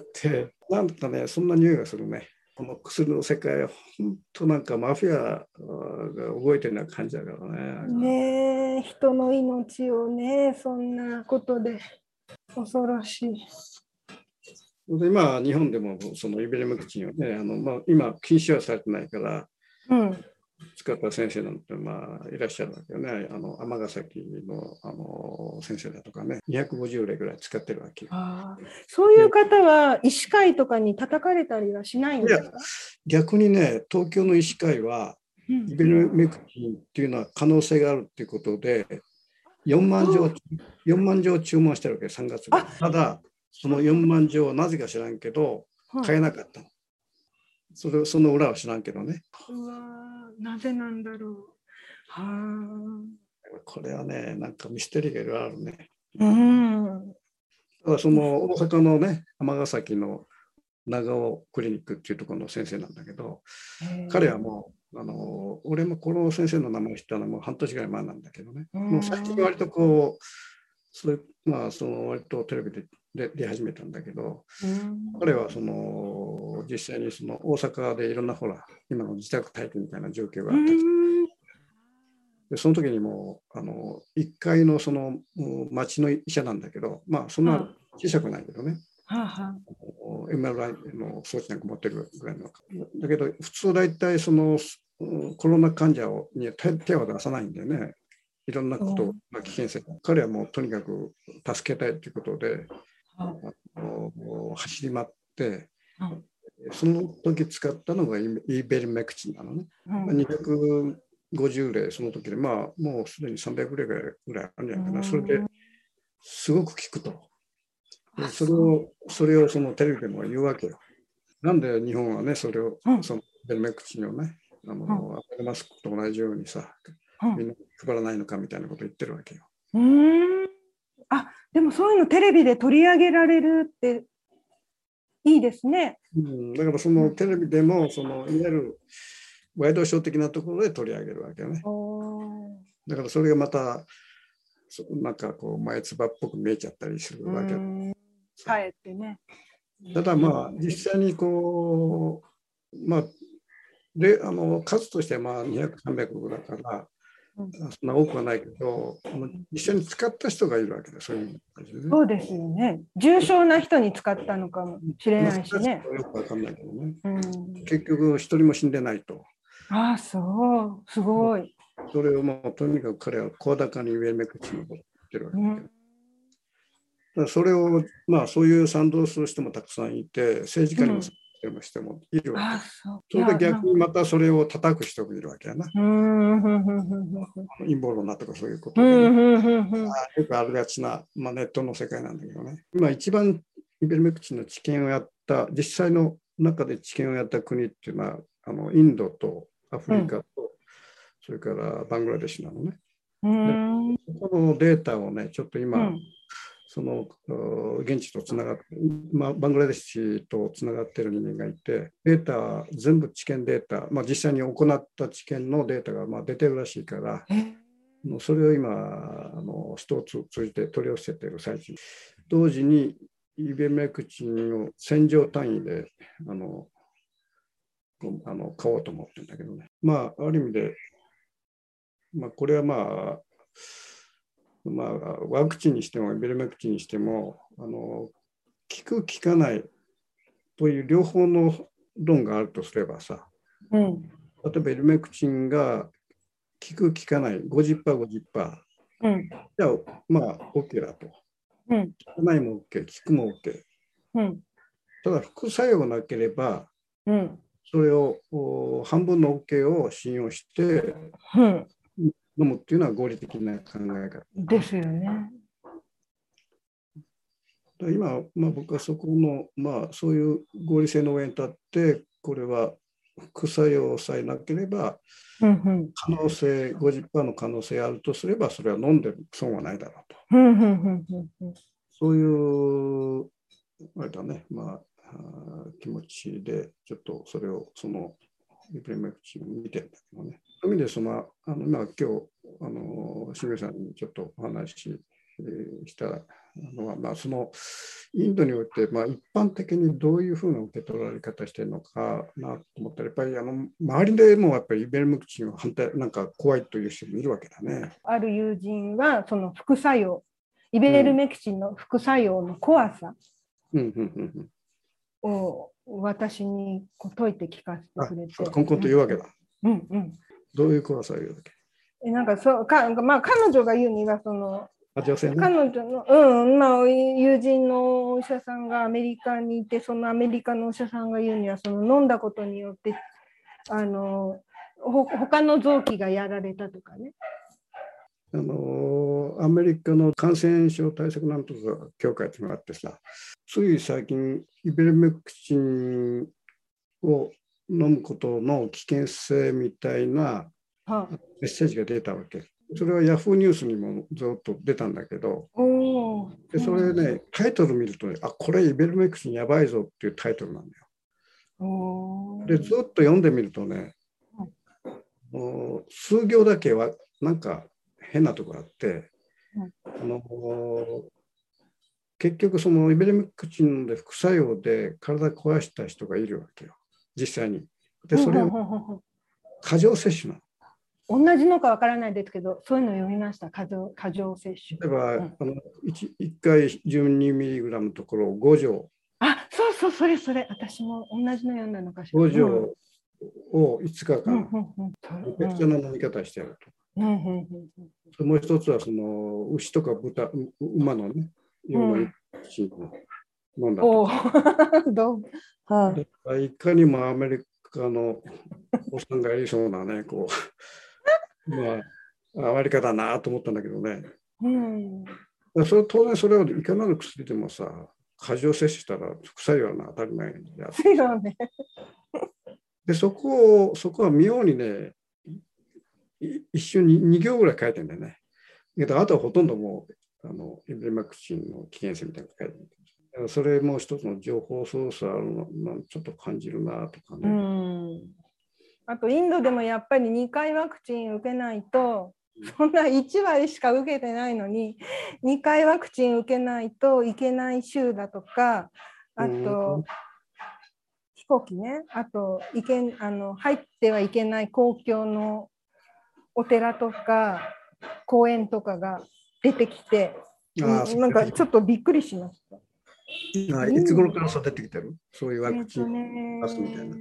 なんかね、そんな匂いがするね。この薬の世界は本当なんかマフィアが動いてるような感じだからね。 ねえ、人の命をね、そんなことで恐ろしい。 で今、日本でもそのイベルメクチンをね、あのまあ、今、禁止はされてないから、うん使った先生なんて、まあ、いらっしゃるわけよね。あの尼崎 の, あの先生だとかね、にひゃくごじゅうれいぐらい使ってるわけよ。 あそういう方は医師会とかに叩かれたりはしないんですか？いや、 逆にね、東京の医師会は、うん、イベルメクチンっていうのは可能性があるっていうことで、よんまんじょう、よんまんじょう注文してるわけ、さんがつに。ただ、そのよんまんじょうはなぜか知らんけど、買えなかったの。それその裏は知らんけどね。 うわなぜなんだろう。はこれはね、なんかミステリーがいろいろあるね。 うん、 ただその大阪のね、尼崎の長尾クリニックっていうところの先生なんだけど、彼はもう、あの俺もこの先生の名前知ったのはもう半年ぐらい前なんだけどね、もう最近割とこう、それまあ、その割とテレビでで出始めたんだけど、彼はその実際にその大阪でいろんなほら今の自宅待機みたいな状況があったで、その時にもあのいっかいのその町の医者なんだけど、まあそんな小さくないけどね、エムアールアイ の装置なんか持ってるぐらいのだけど、普通大体そのコロナ患者をに手を出さないんだよね。いろんなことが危険性。彼はもうとにかく助けたいということで、走り回って、その時使ったのがイベルメクチンなのね。にひゃくごじゅうれい、その時で、まあ、もうすでにさんびゃくれいぐらいあるんじゃないかな。それですごく効くと。それを、それをそのテレビでも言うわけよ。 なんで日本はね、それを、 うん、 そのベルメクチンをね、あの、うん、マスクと同じようにさ、 うん、 みんな配らないのかみたいなこと言ってるわけよ。 うーん。あ、でもそういうのテレビで取り上げられるっていいですね。 うん、だからそのテレビでも、そのいわゆるワイドショー的なところで取り上げるわけよね。だからそれがまた、なんかこう前つばっぽく見えちゃったりするわけ。 かえってね。 ただまあ実際にこう、まあ、であの数としてはまあにひゃく、さんびゃくだから、うん、そんな多くはないけど、一緒に使った人がいるわけで、そういう感じでね。 そうですよね。重症な人に使ったのかもしれないしね。 よくわかんないけどね。 うん、 結局一人も死んでないと。 ああ、そう、すごい。 それをもうとにかく彼は声高にベルメクチンを言ってるわけだけど。うん、だからそれをまあそういう賛同する人もたくさんいて、政治家にも賛同する人もいるわけ、うん、あ、そう。それで逆にまたそれを叩く人もいるわけやな。陰謀論だとかそういうことで、ね、よくあるがちな、まあ、ネットの世界なんだけどね。今一番イベルメクチンの治験をやった実際の中で治験をやった国っていうのはあのインドとアフリカと、うん、それからバングラデシュなのね。うんでそのデータをねちょっと今、うん、その現地とつながって、まあ、バングラデシュとつながっている人間がいて、データ全部治験データ、まあ、実際に行った治験のデータがまあ出てるらしいから、それを今あの人を通じて取り寄せている最中。同時にイベルメクチンを戦場単位であのあの買おうと思ってるんだけどね。まあある意味で、まあ、これはまあまあ、ワクチンにしてもイベルメクチンにしてもあの効く効かないという両方の論があるとすればさ、うん、例えばイベルメクチンが効く効かない ごじゅっパーセント、ごじゅっパーセント、うん、じゃあまあ OK だと、うん、効かないも OK、効くも OK、うん、ただ副作用がなければ、うん、それを半分の OK を信用して、うん飲むっていうのは合理的な考え方ですよね。 今、まあ、僕はそこの、まあ、そういう合理性の上に立って、これは副作用さえなければ、可能性、ごじゅっパーセントの可能性あるとすれば、それは飲んで損はないだろうと。そういう、あれだね、まあ、気持ちで、ちょっとそれを、その、イベルメクチンを見てるんだけどね。そういう意味でその、あのまあ、今日、あの、清水さんにちょっとお話ししたのは、まあ、その、インドにおいて、まあ、一般的にどういうふうな受け取られ方してるのかなと思ったら、やっぱりあの周りでもやっぱりイベルメクチンを反対、なんか怖いという人もいるわけだね。 ある友人は、その副作用、イベルメクチンの副作用の怖さを私にこう解いて聞かせてくれて。 コンコンと言うわけだ。 うんうん。 どういう怖さを言うわけ？ えなんかそうか、まあ、彼女が言うには、その、 女性ね、 彼女の、うん、まあ、友人のお医者さんがアメリカにいて、そのアメリカのお医者さんが言うには、その飲んだことによって、あの、ほ他の臓器がやられたとかね。 あのアメリカの感染症対策なんとか協会というのがあってさ、つい最近、イベルメクチンを飲むことの危険性みたいなメッセージが出たわけ。それはヤフーニュースにもずっと出たんだけど、でそれね、タイトル見るとね、あ、これイベルメクチンやばいぞっていうタイトルなんだよ。で、ずっと読んでみるとね、数行だけはなんか変なところあって、あの結局そのイベルメクチンで副作用で体壊した人がいるわけよ、実際に。で、それを過剰摂取なの。 同じのかわからないですけど、そういうのを読みました、過剰、過剰摂取。 例えば、うん、あの 1, いっかいじゅうにミリグラムのところをご錠。 あ、そうそう、それそれ、私も同じの読んだのかしら。 ご錠をいつかかん、めちゃくちゃな飲み方してやると。もう一つは、その牛とか豚、馬のね、ようなシーンを飲んだと。どうはいかにもアメリカのおっさんがやりそうなね、こう。まあ、アメリカだなと思ったんだけどね。うん、それ当然それをいかなる薬でもさ、 過剰摂取したら副作用が当たり前にやですよね。 でそこをそこは妙にね一瞬にに行ぐらい書いてるんだよね。けどあとはほとんどもうあのイベルメクチンの危険性みたいなのが書いてる。だからそれも一つの情報操作あるのちょっと感じるなとかね。 うんあとインドでもやっぱりにかいワクチン受けないと、そんないち割しか受けてないのににかいワクチン受けないといけない州だとか、あと飛行機ね、あといけあの入ってはいけない公共のお寺とか公園とかが出てきて、 あなんかちょっとびっくりしました。 あいつ頃からそう出てきてる？そういうワクチン出すみたいな。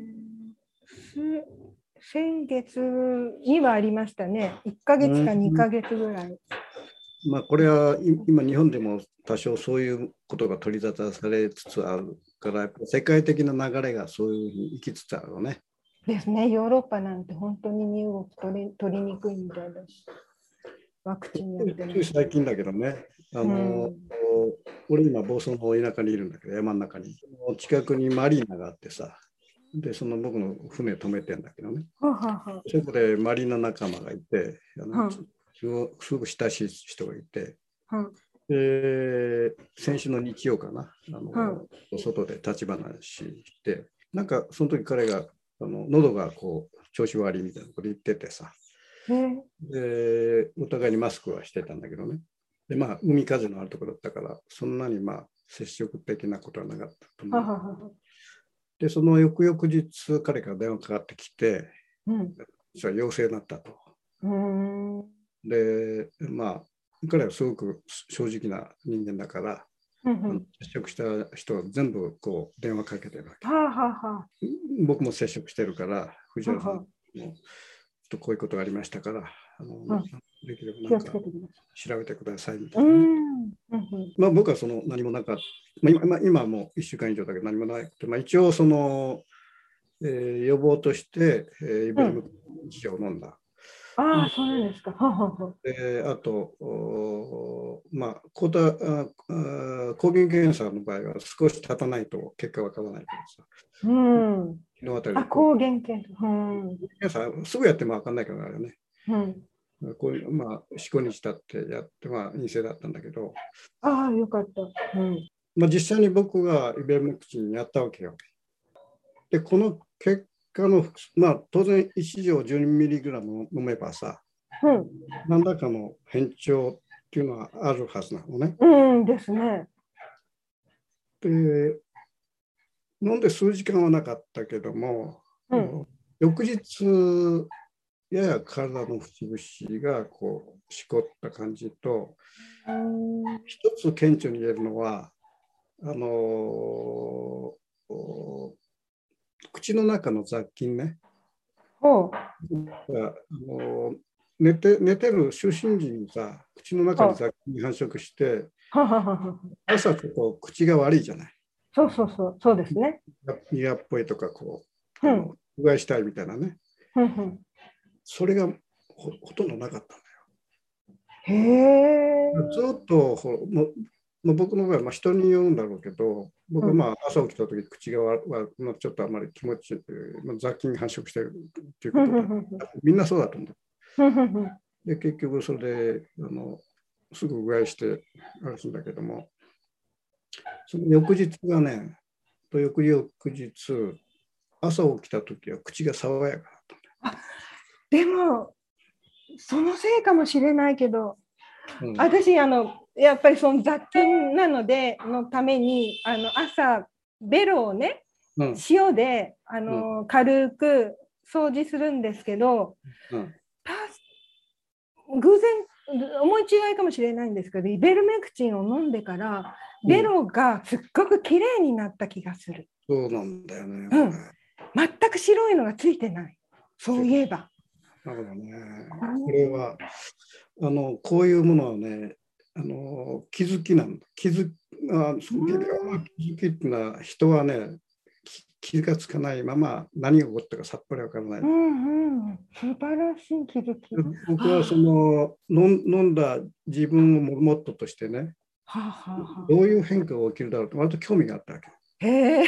先月にはありましたね。いっかげつかにかげつぐらい。 まあこれは今日本でも多少そういうことが取り沙汰されつつあるから、世界的な流れがそういうふうに行きつつあるよね。 ですね。ヨーロッパなんて本当に身動き取り、取りにくいみたいだし、ワクチンやってない。 最近だけどね、あの、うん、俺今房総の田舎にいるんだけど、山の中に近くにマリーナがあってさ、でその僕の船止めてんだけどね、 はははそこでマリーナ仲間がいて、あの、 はすごすごく親しい人がいて、 はで先週の日曜かな、あの、 は外で立ち話して、なんかその時彼があの喉がこう調子悪いみたいなこと言っててさ、でお互いにマスクはしてたんだけどね、でまあ海風のあるところだったからそんなにまあ接触的なことはなかったと思う。 はははでその翌々日彼から電話かかってきて、 うん、 実は陽性になったと。 うーんでまあ彼はすごく正直な人間だから、 うんうん、 接触した人は全部こう電話かけてるわけ。 ははは僕も接触してるから藤原さんははもとこういうことがありましたから、あの、 うん、 できれば気をなんかつけてくださ調べてくださいみい。 たいうな、ね。 んうんうんまあ、僕はその何もなかった、まあ、今, 今はもういっしゅうかん以上だけど何もなくて、まあ、一応その、えー予防として、えー、イベルメクチンを飲んだ。 ああ、そうなんですか。はははであと、まあ、抗体ああ抗原検査の場合は少し経たないと結果わからないからさ。 うん。 昨日あたりあ、抗原検査。うん。 検査すぐやってもわかんないからね。 うんこういうまあ、よん、ごにち経ってやって、まあ、陰性だったんだけど、 ああ、よかった。うん。 まあ、実際に僕がイベルメクチンやったわけよ。で、この結果の、まあ、当然いち錠じゅうミリグラム飲めばさ、 うん、 何らかの変調っていうのはあるはずなのね。 うんですね。 で、飲んで数時間はなかったけども、 うん、 翌日、やや体の節々がこうしこった感じと、一つ顕著に言えるのは、あのー、口の中の雑菌ね、 ほうあのー、寝て、寝てる就寝時にさ、口の中に雑菌が繁殖して、 はははは朝ちょっと口が悪いじゃない。 そうそうそう、そうですね。 苦っぽいとかこう、 う、あのうがいしたいみたいなね。 うんうん、 それが ほ, ほとんどなかったんだよ。 へえ。 ずっとほももう僕の場合はまあ人に言うんだろうけど、僕はまあ朝起きた時口がわわ、まあ、ちょっとあまり気持ちいい、まあ、雑菌が繁殖しているっていうことで、みんなそうだと思う。で結局それであのすぐうがいしてあれするんだけども、その翌日がね、と翌々日、朝起きた時は口が爽やかだったんだよ。 でもそのせいかもしれないけど、うん、私あのやっぱりその雑菌なのでのためにあの朝ベロをね、うん、塩であの、うん、軽く掃除するんですけど、うん、偶然思い違いかもしれないんですけど、イベルメクチンを飲んでからベロがすっごくきれいになった気がする。 そうなんだよね、 うん、全く白いのがついてない。そういえば。 なるほどね。これはあのこういうものはね、あの気づきなんだ。気づあその気づきっていうのは人はね気がつかないまま何が起こったかさっぱりわからない。 うんうん、素晴らしい気づき。 僕はその飲んだ自分をモットーとしてね、 はあはあはあ、 どういう変化が起きるだろうと割と興味があったわけ。 へえ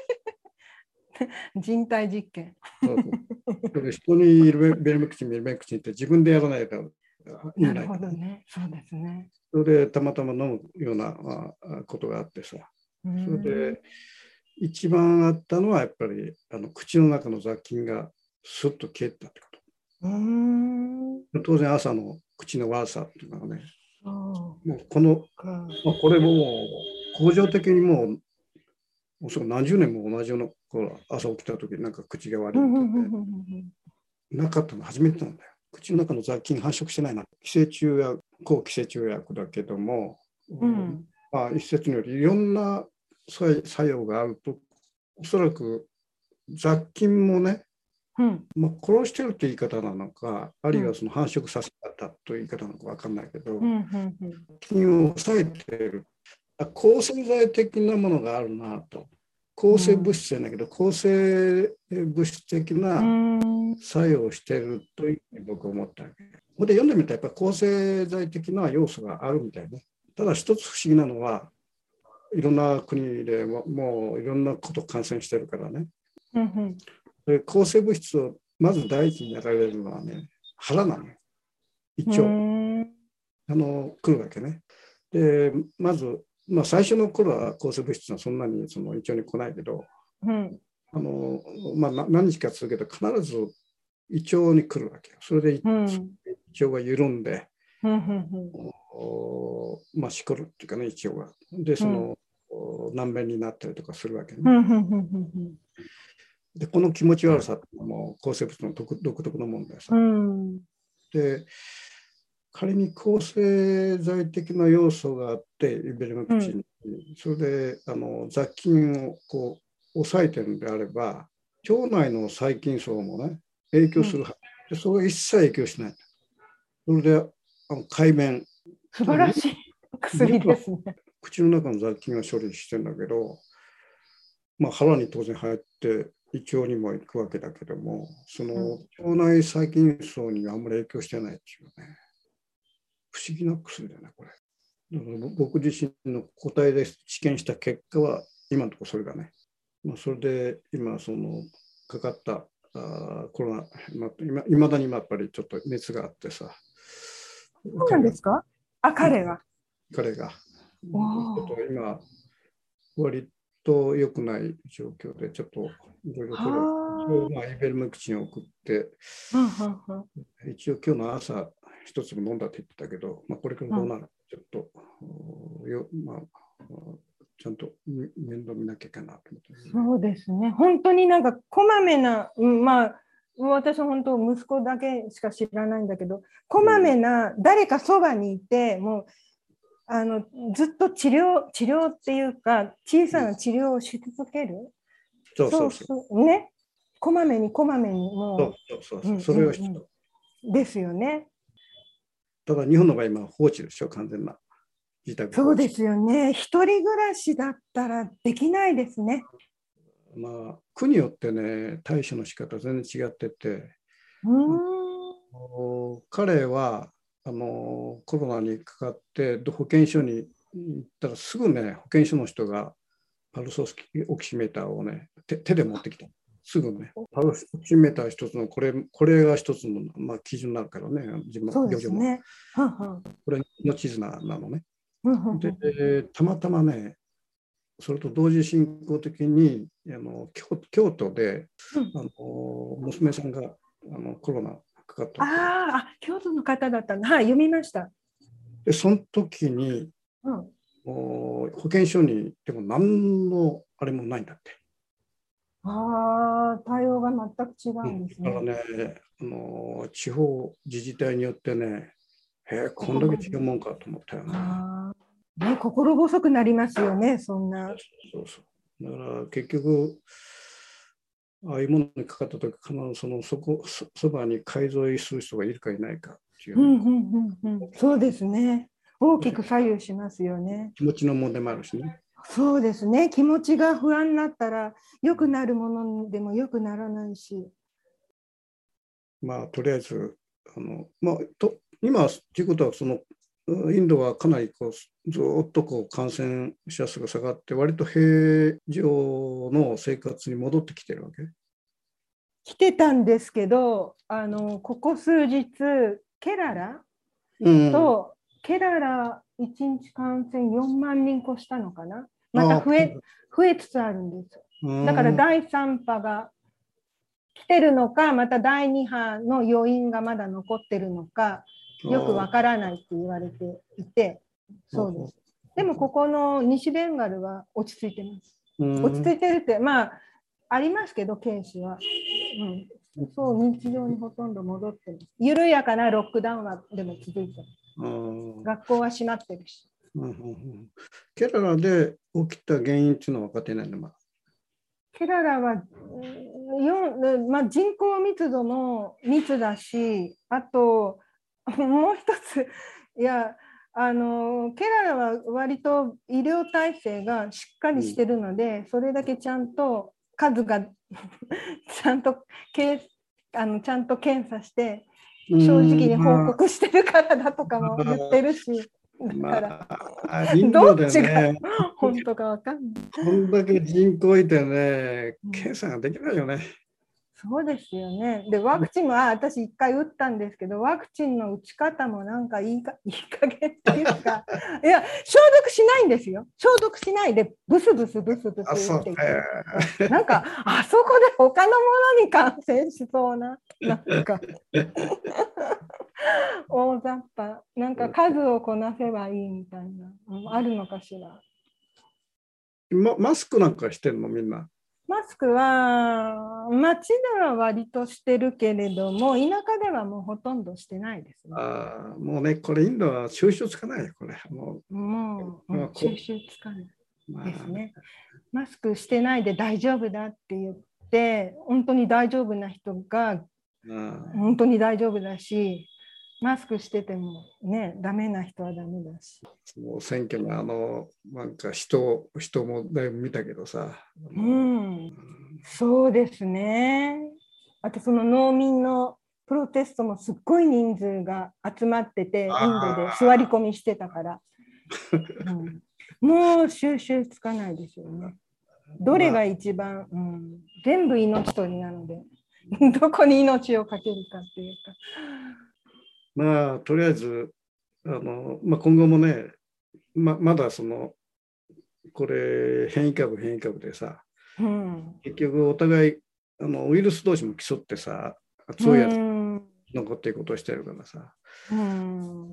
人体実験。 そうそうで人にイベルメクチン、イベルメクチンって自分でやらないから意味ないから。 なるほどね。そうですね。 それでたまたま飲むような、まあ、ことがあってさ、それで一番あったのはやっぱりあの口の中の雑菌がスッと消えたってこと。 うーん、 当然朝の口の悪さっていうのはね、 もうこの、まあ、これも恒常的にもうおそらく何十年も同じような頃朝起きた時なんか口が悪いみたいななかったの初めてなんだよ。口の中の雑菌繁殖してないな。寄生虫や抗寄生虫薬だけども、うん、まあ、一説によりいろんな作用があるとおそらく雑菌もね、うんまあ、殺してるって言い方なのかあるいはその繁殖させたという言い方なのか分かんないけど、うん、菌を抑えてる抗生剤的なものがあるなと。抗生物質じゃないけど、うん、抗生物質的な作用をしているというふうに僕は思ったわけ。ここで読んでみたらやっぱり抗生剤的な要素があるみたいね。ただ一つ不思議なのはいろんな国でももういろんなこと感染してるからね。うん、で抗生物質をまず第一にやられるのはね腹なのよ。胃腸あの来るわけね。でまずまあ、最初の頃は抗生物質はそんなにその胃腸に来ないけど、うんあのまあ、何日か続けて必ず胃腸に来るわけよ。それで胃、うん、胃腸が緩んで、うんまあ、しこるっていうかね胃腸が。でその、うん、難便になったりとかするわけね。うんでこの気持ち悪さも抗生物質の独特のもんでさ。うん、で仮に抗生剤的な要素があってイベルメクチンに、うん、それであの雑菌をこう抑えてるんであれば腸内の細菌層もね影響するはず、うん、でそれが一切影響しない。それであの快便素晴らしい薬ですね。 口の中の雑菌は処理してるんだけど、まあ、腹に当然入って胃腸にも行くわけだけどもその腸内細菌層にはあんまり影響してないっていうね不思議な薬だねこれ。だから僕自身の個体で治験した結果は今のところそれだね。まあ、それで今そのかかったあコロナ、まあ、いまだにやっぱりちょっと熱があってさ。 そうなんですか？あ、彼は。 彼が。ちょっと今割と良くない状況でちょっといろいろとまあイベルメクチンを送って、一応今日の朝一粒飲んだって言ってたけど、まあ、これからどうなるかちょっと、うん、よまあ、ちゃんと面倒見なきゃいけないなと思って、ね。 そうですね。本当になんかこまめな、うん、まあ私は本当息子だけしか知らないんだけど、こまめな誰かそばにいて、もうあのずっと治療治療っていうか小さな治療をし続ける。うん、 そうそうそう。 そうそうね。こまめにこまめにもう。そうそうそう。うん、それを必要。 ですよね。 ただ日本の場合今放置でしょ完全な自宅。 そうですよね。一人暮らしだったらできないですね。 まあ国によってね対処の仕方全然違ってて、うん彼はあのコロナにかかって保健所に行ったらすぐね保健所の人がパルスオキシメーターをね 手, 手で持ってきた。すぐねパルスオキシメーター一つのこれこれが一つの、まあ、基準になるからね自分そうですね。ははこれの地図なのね。でたまたまねそれと同時進行的にあの 京, 京都で、うん、あの娘さんがあのコロナかかった。 ああ、京都の方だったの。はい、読みました。 で、その時に、うん、保健所に行っても何のあれもないんだって。 ああ、対応が全く違うんですね。 だからね、あの地方自治体によってね、へえ、こんだけ違うもんかと思ったよね。 ね、心細くなりますよね、そんな。 そうそう。だから結局、ああいうものにかかったとき、必ずそのそこそそばに介添えする人がいるかいないかっていう、 うんうんうんうん。そうですね。大きく左右しますよね。 気持ちの問題もあるしね。 そうですね。気持ちが不安になったら、良くなるものでも良くならないし。 まあ、とりあえず、あのまあ、と今ということはその、 インドはかなりこうずっとこう感染者数が下がって、割と平常の生活に戻ってきてるわけ？ 来てたんですけど、あのここ数日、ケララと、うん、ケララいちにち感染よんまんにん越したのかな、また増え、増えつつあるんです。だからだいさん波が来てるのか、まただいに波の余韻がまだ残ってるのか、よくわからないって言われていて、そうです。でもここの西ベンガルは落ち着いてます。落ち着いてるって、まあ、ありますけど、ケースは。うん、そう、日常にほとんど戻ってます。緩やかなロックダウンはでも続いてます。学校は閉まってるし。 うんうんうん、ケララで起きた原因っていうのは分かってないの、まあ、 ケララは、まあ、人口密度も密だし、あともう一つ、いや、あのケララは割と医療体制がしっかりしてるので、うん、それだけちゃんと数がちゃんとけあのちゃんと検査して正直に報告してるからだとかも言ってるし、だから、まあ、どっちが本当か分かんない。 こんだけ人口いてね、検査ができないよね。 そうですよね。で、ワクチンは私いっかい打ったんですけど、ワクチンの打ち方もなんかいいかいい加減っていうか、いや、消毒しないんですよ。消毒しないで、ブスブスブスブス打っていて、なんか、あそこで他のものに感染しそうな、なんか、大雑把、なんか数をこなせばいいみたいな、あるのかしら。 ま、マスクなんかしてんの、みんな。 マスクは街では割としてるけれども、田舎ではもうほとんどしてないですね。 ああ、もうね、これインドは収集つかないよ、これ。もう、もう、もう収集つかないですね。マスクしてないで大丈夫だって言って、本当に大丈夫な人が本当に大丈夫だし、マスクしててもね、ダメな人はダメだし。 もう選挙のあのなんか人人もだいぶ見たけどさ、 うん、そうですね。あとその農民のプロテストもすっごい人数が集まってて、インドで座り込みしてたから、うん、もう収集つかないですよね。どれが一番、うん、全部命取りなのでどこに命をかけるかっていうか。 まあとりあえずあの、まあ、今後もね ま, まだそのこれ変異株変異株でさ、うん、結局お互いあのウイルス同士も競ってさ、強いやつ残っていくことをしてるからさ、うん、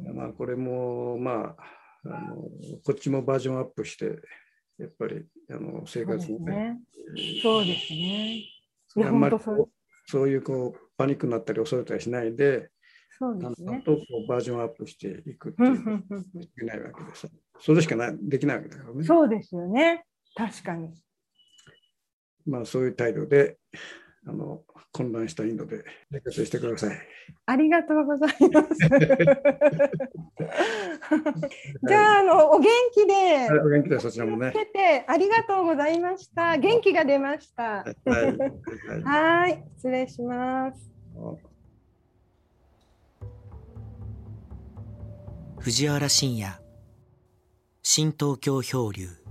まあこれもまあ、あのこっちもバージョンアップしてやっぱりあの生活もね、 そうですね。 あんまりそうそういうこうパニックになったり恐れたりしないで、 そうですね、 とこうバージョンアップしていくっていうのができないわけでさ、それしかないできないわけだからね。 そうですよね、確かに。まあそういう態度であの混乱したインドで生活してください。 ありがとうございます。じゃあ、あのお元気で、 お元気でそちらもね。 ありがとうございました。元気が出ました。はい、はい、失礼します。 藤原信也、新東京漂流。